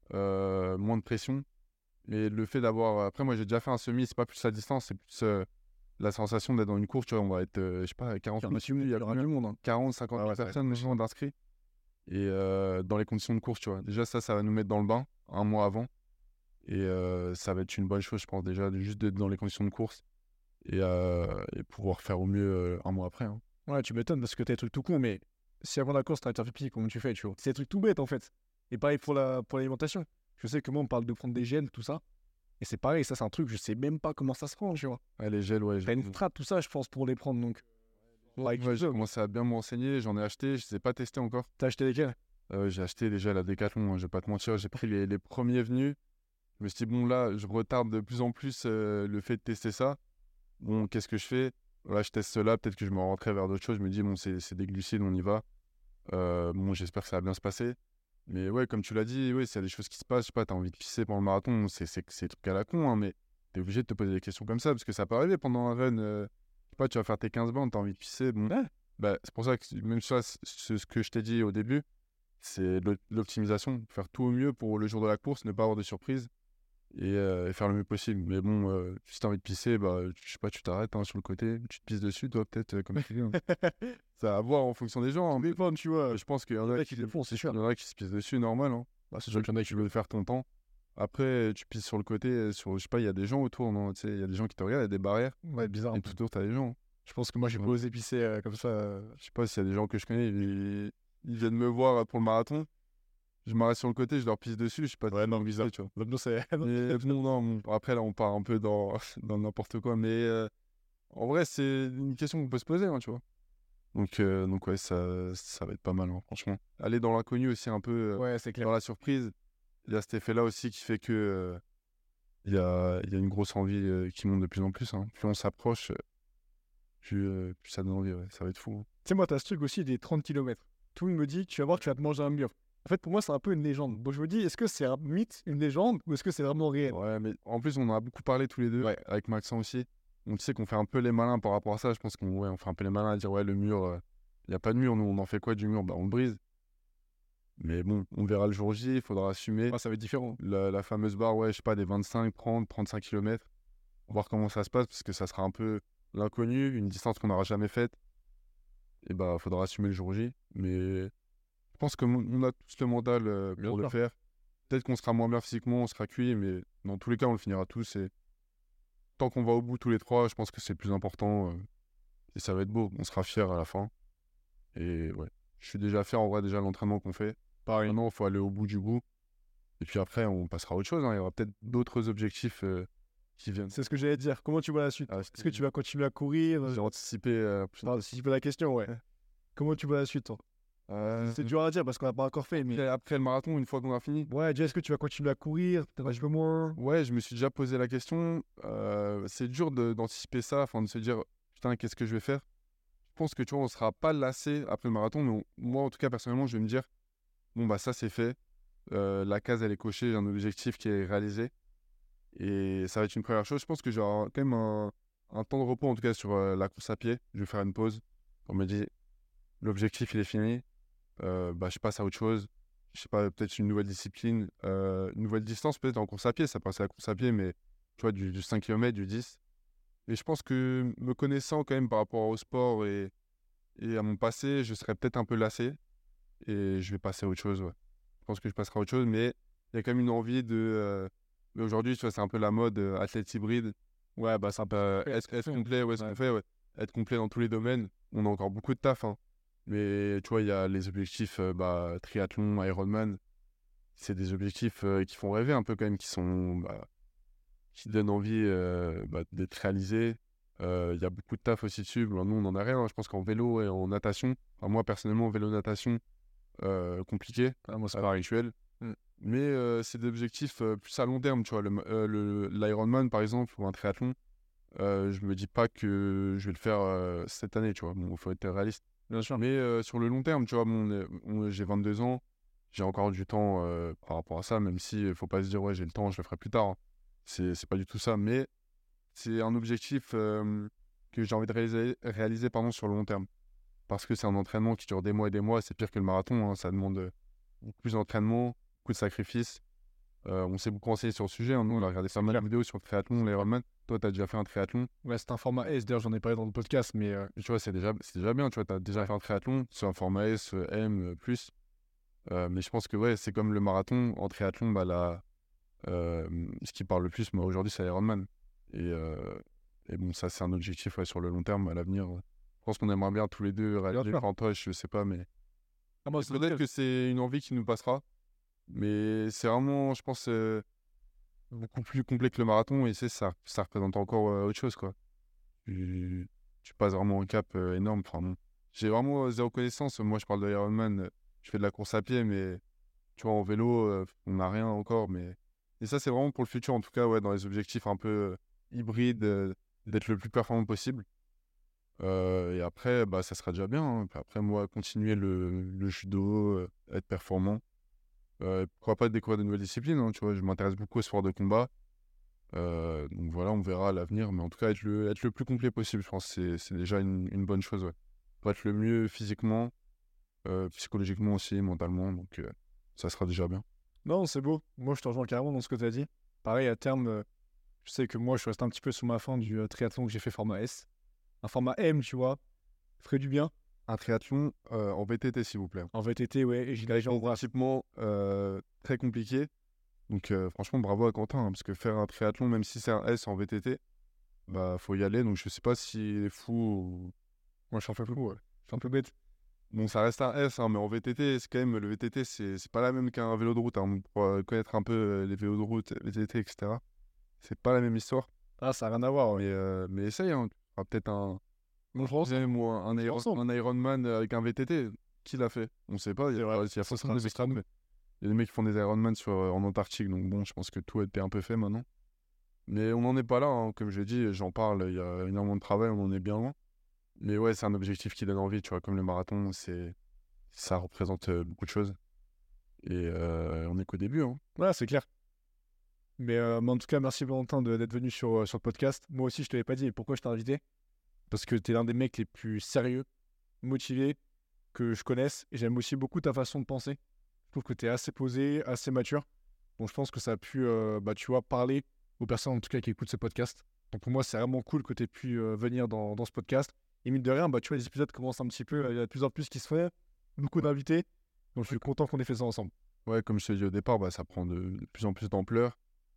euh, moins de pression. Mais le fait d'avoir. Après, moi, j'ai déjà fait un semi, c'est pas plus la distance, c'est plus euh, la sensation d'être dans une course. Tu vois, on va être, euh, je sais pas, quarante Il y en a minutes, du monde, il y a il y aura combien du monde. hein. quarante, cinquante Ah mille ouais, ça va être personnes impressionnant. maintenant d'inscrits. Et euh, dans les conditions de course, tu vois. Déjà, ça, ça va nous mettre dans le bain un mois avant. Et euh, ça va être une bonne chose, je pense, déjà, de juste d'être dans les conditions de course et, euh, et pouvoir faire au mieux euh, un mois après. hein. Ouais, tu m'étonnes parce que t'as des trucs tout con, mais si avant la course, t'as un pipi, comment tu fais, tu vois? C'est des trucs tout bêtes en fait. Et pareil pour la pour l'alimentation. Je sais que moi, on me parle de prendre des gènes, tout ça. Et c'est pareil, ça, c'est un truc, je sais même pas comment ça se prend, tu vois. Ouais, les gels, ouais. T'as une j'ai- strat, tout ça, je pense, pour les prendre. Donc, pareil, Ouais, j'ai tu commencé à bien me renseigner, j'en ai acheté, je ne les ai pas testés encore. t'as acheté lesquels? Euh, j'ai acheté déjà la Decathlon, hein, je vais pas te mentir, j'ai pris les, les premiers venus. Je me suis dit, bon, là, je retarde de plus en plus euh, le fait de tester ça. Bon, qu'est-ce que je fais? Là, je teste cela, peut-être que je me rentrais vers d'autres choses. Je me dis, bon, c'est c'est des glucides, on y va. Euh, bon, j'espère que ça va bien se passer. Mais ouais, comme tu l'as dit, ouais, s'il y a des choses qui se passent, je sais pas, t'as envie de pisser pendant le marathon, c'est c'est c'est des trucs à la con, hein, mais t'es obligé de te poser des questions comme ça, parce que ça peut arriver pendant un run. euh, je sais pas, tu vas faire tes quinze bandes, t'as envie de pisser, bon. Ouais. Bah, c'est pour ça que même ça, c- ce, ce que je t'ai dit au début, c'est l'o- l'optimisation, faire tout au mieux pour le jour de la course, ne pas avoir de surprise et, euh, et faire le mieux possible. Mais bon, euh, si t'as envie de pisser, bah, je sais pas, tu t'arrêtes hein, sur le côté, tu te pisses dessus, toi, peut-être, euh, comme tu dis. hein. Ça va à voir en fonction des gens. hein. Tout dépend, tu vois. Je pense qu'il y en Il y en a a qui le font, c'est sûr. il y en a qui se pissent dessus, normal. Hein. Bah, c'est Tu sûr veux, qu'il y en a qui tu veux faire ton temps. Après, tu pisses sur le côté, euh, sur, je sais pas, il y a des gens autour, non? Tu sais, il y a des gens qui te regardent, il y a des barrières. Ouais, bizarre un Et peu. tout autour, t'as des gens. Je pense que moi, j'ai Ouais. pas osé pisser euh, comme ça. euh. Je sais pas s'il y a des gens que je connais, ils, ils viennent me voir euh, pour le marathon. Je m'arrête sur le côté, je leur pisse dessus, je sais pas. Ouais, non, tu bizarre. sais, tu vois. Non, c'est. Mais bon, non, bon, après, là, on part un peu dans, dans n'importe quoi. Mais euh, en vrai, c'est une question qu'on peut se poser, hein, tu vois. Donc, euh, donc ouais, ça, ça va être pas mal, hein, franchement. Aller dans l'inconnu aussi, un peu euh, Ouais, c'est clair. dans la surprise. Il y a cet effet-là aussi qui fait que euh, il y a, il y a une grosse envie euh, qui monte de plus en plus. hein. Plus on s'approche, euh, plus, euh, plus ça donne envie. ouais. Ça va être fou. hein. Tu sais, moi, t'as ce truc aussi des trente kilomètres. Tout le monde me dit, tu vas voir, tu vas te manger un mur. En fait, pour moi, c'est un peu une légende. Donc je me dis, est-ce que c'est un mythe, une légende, ou est-ce que c'est vraiment réel? Ouais, mais en plus, on en a beaucoup parlé tous les deux, Ouais. avec Maxence aussi. On sait qu'on fait un peu les malins par rapport à ça. Je pense qu'on ouais, on fait un peu les malins à dire, ouais, le mur, il n'y a pas de mur. Nous, on en fait quoi du mur? Bah, on le brise. Mais bon, on verra le jour J. Il faudra assumer. Ah, ça va être différent. La, la fameuse barre, ouais, je sais pas, des vingt-cinq, trente, trente-cinq kilomètres. Voir comment ça se passe, parce que ça sera un peu l'inconnu, une distance qu'on n'aura jamais faite. Et bah, faudra assumer le jour J. Mais je pense qu'on a tous le mental euh, Bien pour le sûr. faire. Peut-être qu'on sera moins bien physiquement, on sera cuit, mais dans tous les cas, on le finira tous. Et tant qu'on va au bout tous les trois, je pense que c'est le plus important. euh, et ça va être beau. On sera fiers à la fin. Et ouais, je suis déjà fier en vrai, déjà, de l'entraînement qu'on fait. Pareil. Maintenant, il faut aller au bout du bout. Et puis après, on passera à autre chose, hein. Il y aura peut-être d'autres objectifs euh, qui viennent. C'est ce que j'allais dire. Comment tu vois la suite? Ah, Est-ce que tu vas continuer à courir? J'ai anticipé. euh, Enfin, si tu veux la question, ouais. Comment tu vois la suite, toi? euh, C'est dur à dire parce qu'on n'a pas encore fait, mais... après, après le marathon, une fois qu'on a fini, Ouais, déjà, est-ce que tu vas continuer à courir? Peut-être un peu moins? ouais, je me suis déjà posé la question. euh, c'est dur de- d'anticiper ça, enfin de se dire, putain, qu'est-ce que je vais faire? Je pense que tu vois, on sera pas lassé après le marathon, mais on- moi, en tout cas, personnellement, je vais me dire, bon, bah ça, c'est fait. Euh, la case, elle est cochée, j'ai un objectif qui est réalisé. Et ça va être une première chose. Je pense que j'aurai quand même un, un temps de repos, en tout cas, sur euh, la course à pied. Je vais faire une pause. On me dit, l'objectif, il est fini. Euh, bah, je passe à autre chose. Je sais pas, peut-être une nouvelle discipline, euh, une nouvelle distance, peut-être en course à pied. Ça passe à la course à pied, mais tu vois, du, du cinq kilomètres, du dix. Et je pense que me connaissant quand même par rapport au sport et, et à mon passé, je serais peut-être un peu lassé et je vais passer à autre chose. Ouais. Je pense que je passerai à autre chose, mais il y a quand même une envie de. euh, mais aujourd'hui, tu vois, c'est un peu la mode euh, athlète hybride. Ouais, bah, c'est un peu... Euh, Ouais, être, ce qu'on être fait. complet, ouais, ce Ouais. qu'on fait, ouais. Être complet dans tous les domaines. On a encore beaucoup de taf, hein. Mais tu vois, il y a les objectifs euh, bah, triathlon, Ironman. C'est des objectifs euh, qui font rêver un peu quand même, qui sont bah, qui donnent envie euh, bah, d'être réalisés. Euh, Il y a beaucoup de taf aussi dessus. Bon, nous, on n'en a rien, hein. Je pense qu'en vélo et en natation, enfin, moi personnellement, en vélo-natation, euh, compliqué Ah, moi, c'est à l'heure pareil. actuelle. Mm. Mais euh, c'est des objectifs euh, plus à long terme, tu vois. Le, euh, le- l'Ironman, par exemple, ou un triathlon, euh, je me dis pas que je vais le faire euh, cette année, tu vois. Bon, il faut être réaliste. Bien sûr. Mais euh, sur le long terme, tu vois, bon, on est- on- j'ai vingt-deux ans, j'ai encore du temps euh, par rapport à ça, même si il faut pas se dire, ouais, j'ai le temps, je le ferai plus tard, hein. C'est, c'est pas du tout ça, mais c'est un objectif euh, que j'ai envie de réaliser, réaliser pardon, sur le long terme. Parce que c'est un entraînement qui dure des mois et des mois, c'est pire que le marathon, hein. Ça demande euh, beaucoup plus d'entraînement, beaucoup de sacrifices. Euh, on s'est beaucoup renseigné sur le sujet, hein. Nous, on a regardé pas mal de clair. vidéos sur le triathlon, l'Ironman. Toi, tu as déjà fait un triathlon. Ouais, c'est un format S. D'ailleurs, j'en ai parlé dans le podcast, mais... euh, Tu vois, c'est déjà, c'est déjà bien, tu vois, tu as déjà fait un triathlon, c'est un format S, euh, M, euh, plus. Euh, mais je pense que ouais, c'est comme le marathon. En triathlon, bah, la, euh, ce qui parle le plus, moi, aujourd'hui, c'est l'Ironman. Et, euh, et bon, ça, c'est un objectif ouais, sur le long terme, à l'avenir. Ouais. Je pense qu'on aimerait bien tous les deux réaliser. sûr. Enfin, toi, je sais pas, mais Ah, moi, et c'est peut-être que c'est une envie qui nous passera. Mais c'est vraiment, je pense, euh, beaucoup plus complet que le marathon. Et c'est ça, ça représente encore euh, autre chose, quoi. Tu, tu passes vraiment un cap euh, énorme. Enfin, bon. J'ai vraiment euh, zéro connaissance. Moi, je parle de l'Ironman. euh, Je fais de la course à pied, mais tu vois, en vélo, euh, on n'a rien encore. Mais... Et ça, c'est vraiment pour le futur, en tout cas, ouais, dans les objectifs un peu euh, hybrides, euh, d'être le plus performant possible. Euh, et après, bah, ça sera déjà bien, hein. Puis après, moi, continuer le, le judo, euh, être performant. Euh, pourquoi pas découvrir de nouvelles disciplines, hein, tu vois, je m'intéresse beaucoup au sport de combat. Euh, donc voilà, on verra à l'avenir. Mais en tout cas, être le, être le plus complet possible, je pense que c'est, c'est déjà une, une bonne chose, ouais. Pour être le mieux physiquement, euh, psychologiquement aussi, mentalement. Donc euh, ça sera déjà bien. Non, c'est beau. Moi, je te rejoins carrément dans ce que tu as dit. Pareil, à terme, euh, je sais que moi, je suis resté un petit peu sous ma fin du euh, triathlon que j'ai fait format S. Un format M, tu vois, ferait du bien. Un triathlon euh, en V T T, s'il vous plaît. En V T T, ouais, et j'ai Avec un équipement euh, très compliqué. Donc euh, franchement, bravo à Quentin, hein, parce que faire un triathlon, même si c'est un S en V T T, bah faut y aller. Donc je sais pas s'il est fou ou... Moi, je suis un peu fou, ouais. Je suis un peu bête. Bon, ça reste un S, hein, mais en V T T, c'est quand même le V T T, c'est c'est pas la même qu'un vélo de route, hein. Pour euh, connaître un peu euh, les vélos de route, V T T, et cetera. C'est pas la même histoire. Ah, ça n'a rien à voir, ouais. Mais, euh, mais essaye, hein. Tu feras peut-être un, Bon, un je pense. deuxième ou un, un, Iron- ensemble. un Ironman avec un V T T. Qui l'a fait? On sait pas. Il y C'est a, vrai. il y a Ce forcément sera, des ce sera équipes, nous. mais il y a des mecs qui font des Ironman sur, euh, en Antarctique. Donc bon, je pense que tout a été un peu fait maintenant. Mais on n'en est pas là, hein. Comme je l'ai dit, j'en parle, il y a énormément de travail, on en est bien loin. Mais ouais, c'est un objectif qui donne envie, tu vois, comme le marathon, c'est ça représente euh, beaucoup de choses. Et euh, on est qu'au début. Hein. Ouais, c'est clair. Mais, euh, mais en tout cas, merci Valentin de- d'être venu sur, euh, sur le podcast. Moi aussi, je t'avais pas dit pourquoi je t'ai invité. Parce que t'es l'un des mecs les plus sérieux, motivés que je connaisse. Et j'aime aussi beaucoup ta façon de penser. Je trouve que t'es assez posé, assez mature. Donc je pense que ça a pu, euh, bah, tu vois, parler aux personnes en tout cas qui écoutent ce podcast. Donc pour moi, c'est vraiment cool que tu aies pu euh, venir dans, dans ce podcast. Et mine de rien, bah, tu vois, les épisodes commencent un petit peu, il y a de plus en plus qui se font, beaucoup d'invités. Donc je suis content qu'on ait fait ça ensemble. Ouais, comme je te dis au départ, bah, ça prend de, de plus en plus d'ampleur.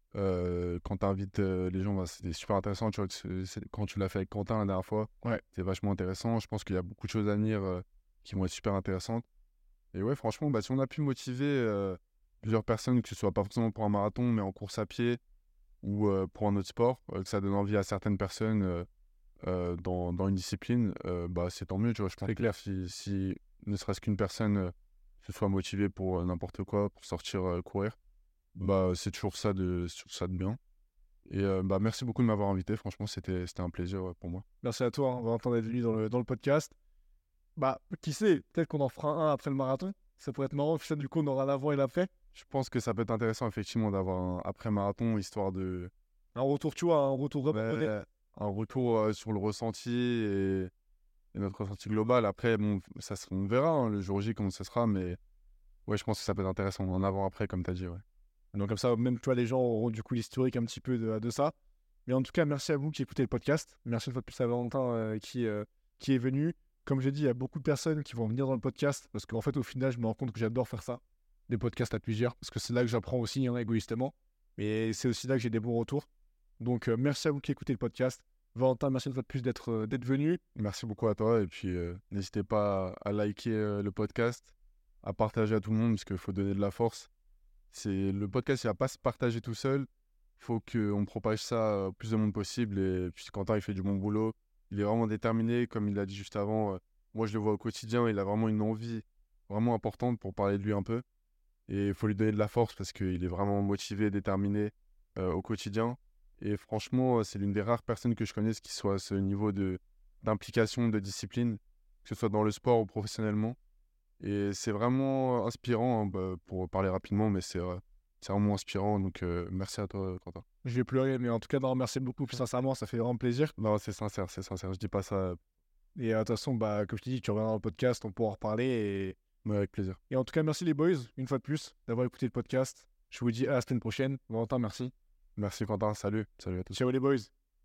Euh, quand tu invites euh, les gens, bah, c'était super intéressant. Tu vois, c'est- c'est- quand tu l'as fait avec Quentin la dernière fois, Ouais. c'était vachement intéressant. Je pense qu'il y a beaucoup de choses à venir euh, qui vont être super intéressantes. Et ouais, franchement, bah, si on a pu motiver euh, plusieurs personnes, que ce soit pas forcément pour un marathon, mais en course à pied ou euh, pour un autre sport, euh, que ça donne envie à certaines personnes euh, euh, dans, dans une discipline, euh, bah, c'est tant mieux. Tu vois, je pense C'est que clair. si, si ne serait-ce qu'une personne euh, se soit motivée pour euh, n'importe quoi, pour sortir euh, courir, bah, c'est toujours ça de, c'est toujours ça de bien. Et euh, bah, merci beaucoup de m'avoir invité. Franchement, c'était, c'était un plaisir ouais, pour moi. Merci à toi, hein, Valentin, d'être venu dans le, dans le podcast. Bah, qui sait, peut-être qu'on en fera un après le marathon. Ça pourrait être marrant, ça, du coup, on aura l'avant et l'après. Je pense que ça peut être intéressant, effectivement, d'avoir un après-marathon, histoire de... Un retour, tu vois, un retour vraiment Ouais, honnête. un retour euh, sur le ressenti et, et notre ressenti global. Après, bon, ça, se- on verra hein, le jour J comment ça sera, mais ouais, je pense que ça peut être intéressant. En avant-après, comme tu as dit, ouais. Donc comme ça, même toi, les gens auront du coup l'historique un petit peu de, de ça. Mais en tout cas, merci à vous qui écoutez le podcast. Merci une fois de plus à Valentin euh, qui, euh, qui est venu. Comme j'ai dit, il y a beaucoup de personnes qui vont venir dans le podcast parce qu'en fait, au final, je me rends compte que j'adore faire ça, des podcasts à plusieurs, parce que c'est là que j'apprends aussi, hein, égoïstement. Mais c'est aussi là que j'ai des bons retours. Donc euh, merci à vous qui écoutez le podcast. Valentin, merci une fois de plus d'être euh, d'être venu. Merci beaucoup à toi. Et puis, euh, n'hésitez pas à, à liker euh, le podcast, à partager à tout le monde, parce qu'il faut donner de la force. C'est, le podcast, il ne va pas se partager tout seul. Il faut qu'on propage ça au plus de monde possible. Et puis, Quentin, il fait du bon boulot. Il est vraiment déterminé, comme il l'a dit juste avant. euh, moi, je le vois au quotidien. Il a vraiment une envie vraiment importante pour parler de lui un peu. Et il faut lui donner de la force parce qu'il est vraiment motivé, déterminé euh, au quotidien. Et franchement, euh, c'est l'une des rares personnes que je connaisse qui soit à ce niveau de, d'implication, de discipline, que ce soit dans le sport ou professionnellement. Et c'est vraiment inspirant, hein, bah, pour parler rapidement, mais c'est, euh, c'est vraiment inspirant. Donc, euh, merci à toi, Quentin. Je vais pleurer, mais en tout cas, non, merci beaucoup. Plus sincèrement, ça fait vraiment plaisir. Non, c'est sincère, c'est sincère. Je dis pas ça euh, Et euh, de toute façon, bah, comme je t'ai dit, tu reviendras dans le podcast, on pourra en reparler. Et mais avec plaisir. Et en tout cas, merci les boys, une fois de plus, d'avoir écouté le podcast. Je vous dis à la semaine prochaine. Valentin, merci. Merci, Quentin. Salut. Salut à tous. Ciao les boys.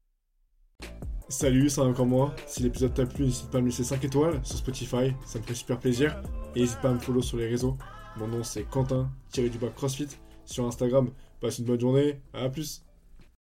Salut, c'est encore moi. Si l'épisode t'a plu, n'hésite pas à me laisser cinq étoiles sur Spotify, ça me fait super plaisir. Et n'hésite pas à me follow sur les réseaux. Mon nom c'est Quentin, tiré du bas CrossFit sur Instagram. Passe une bonne journée, à plus.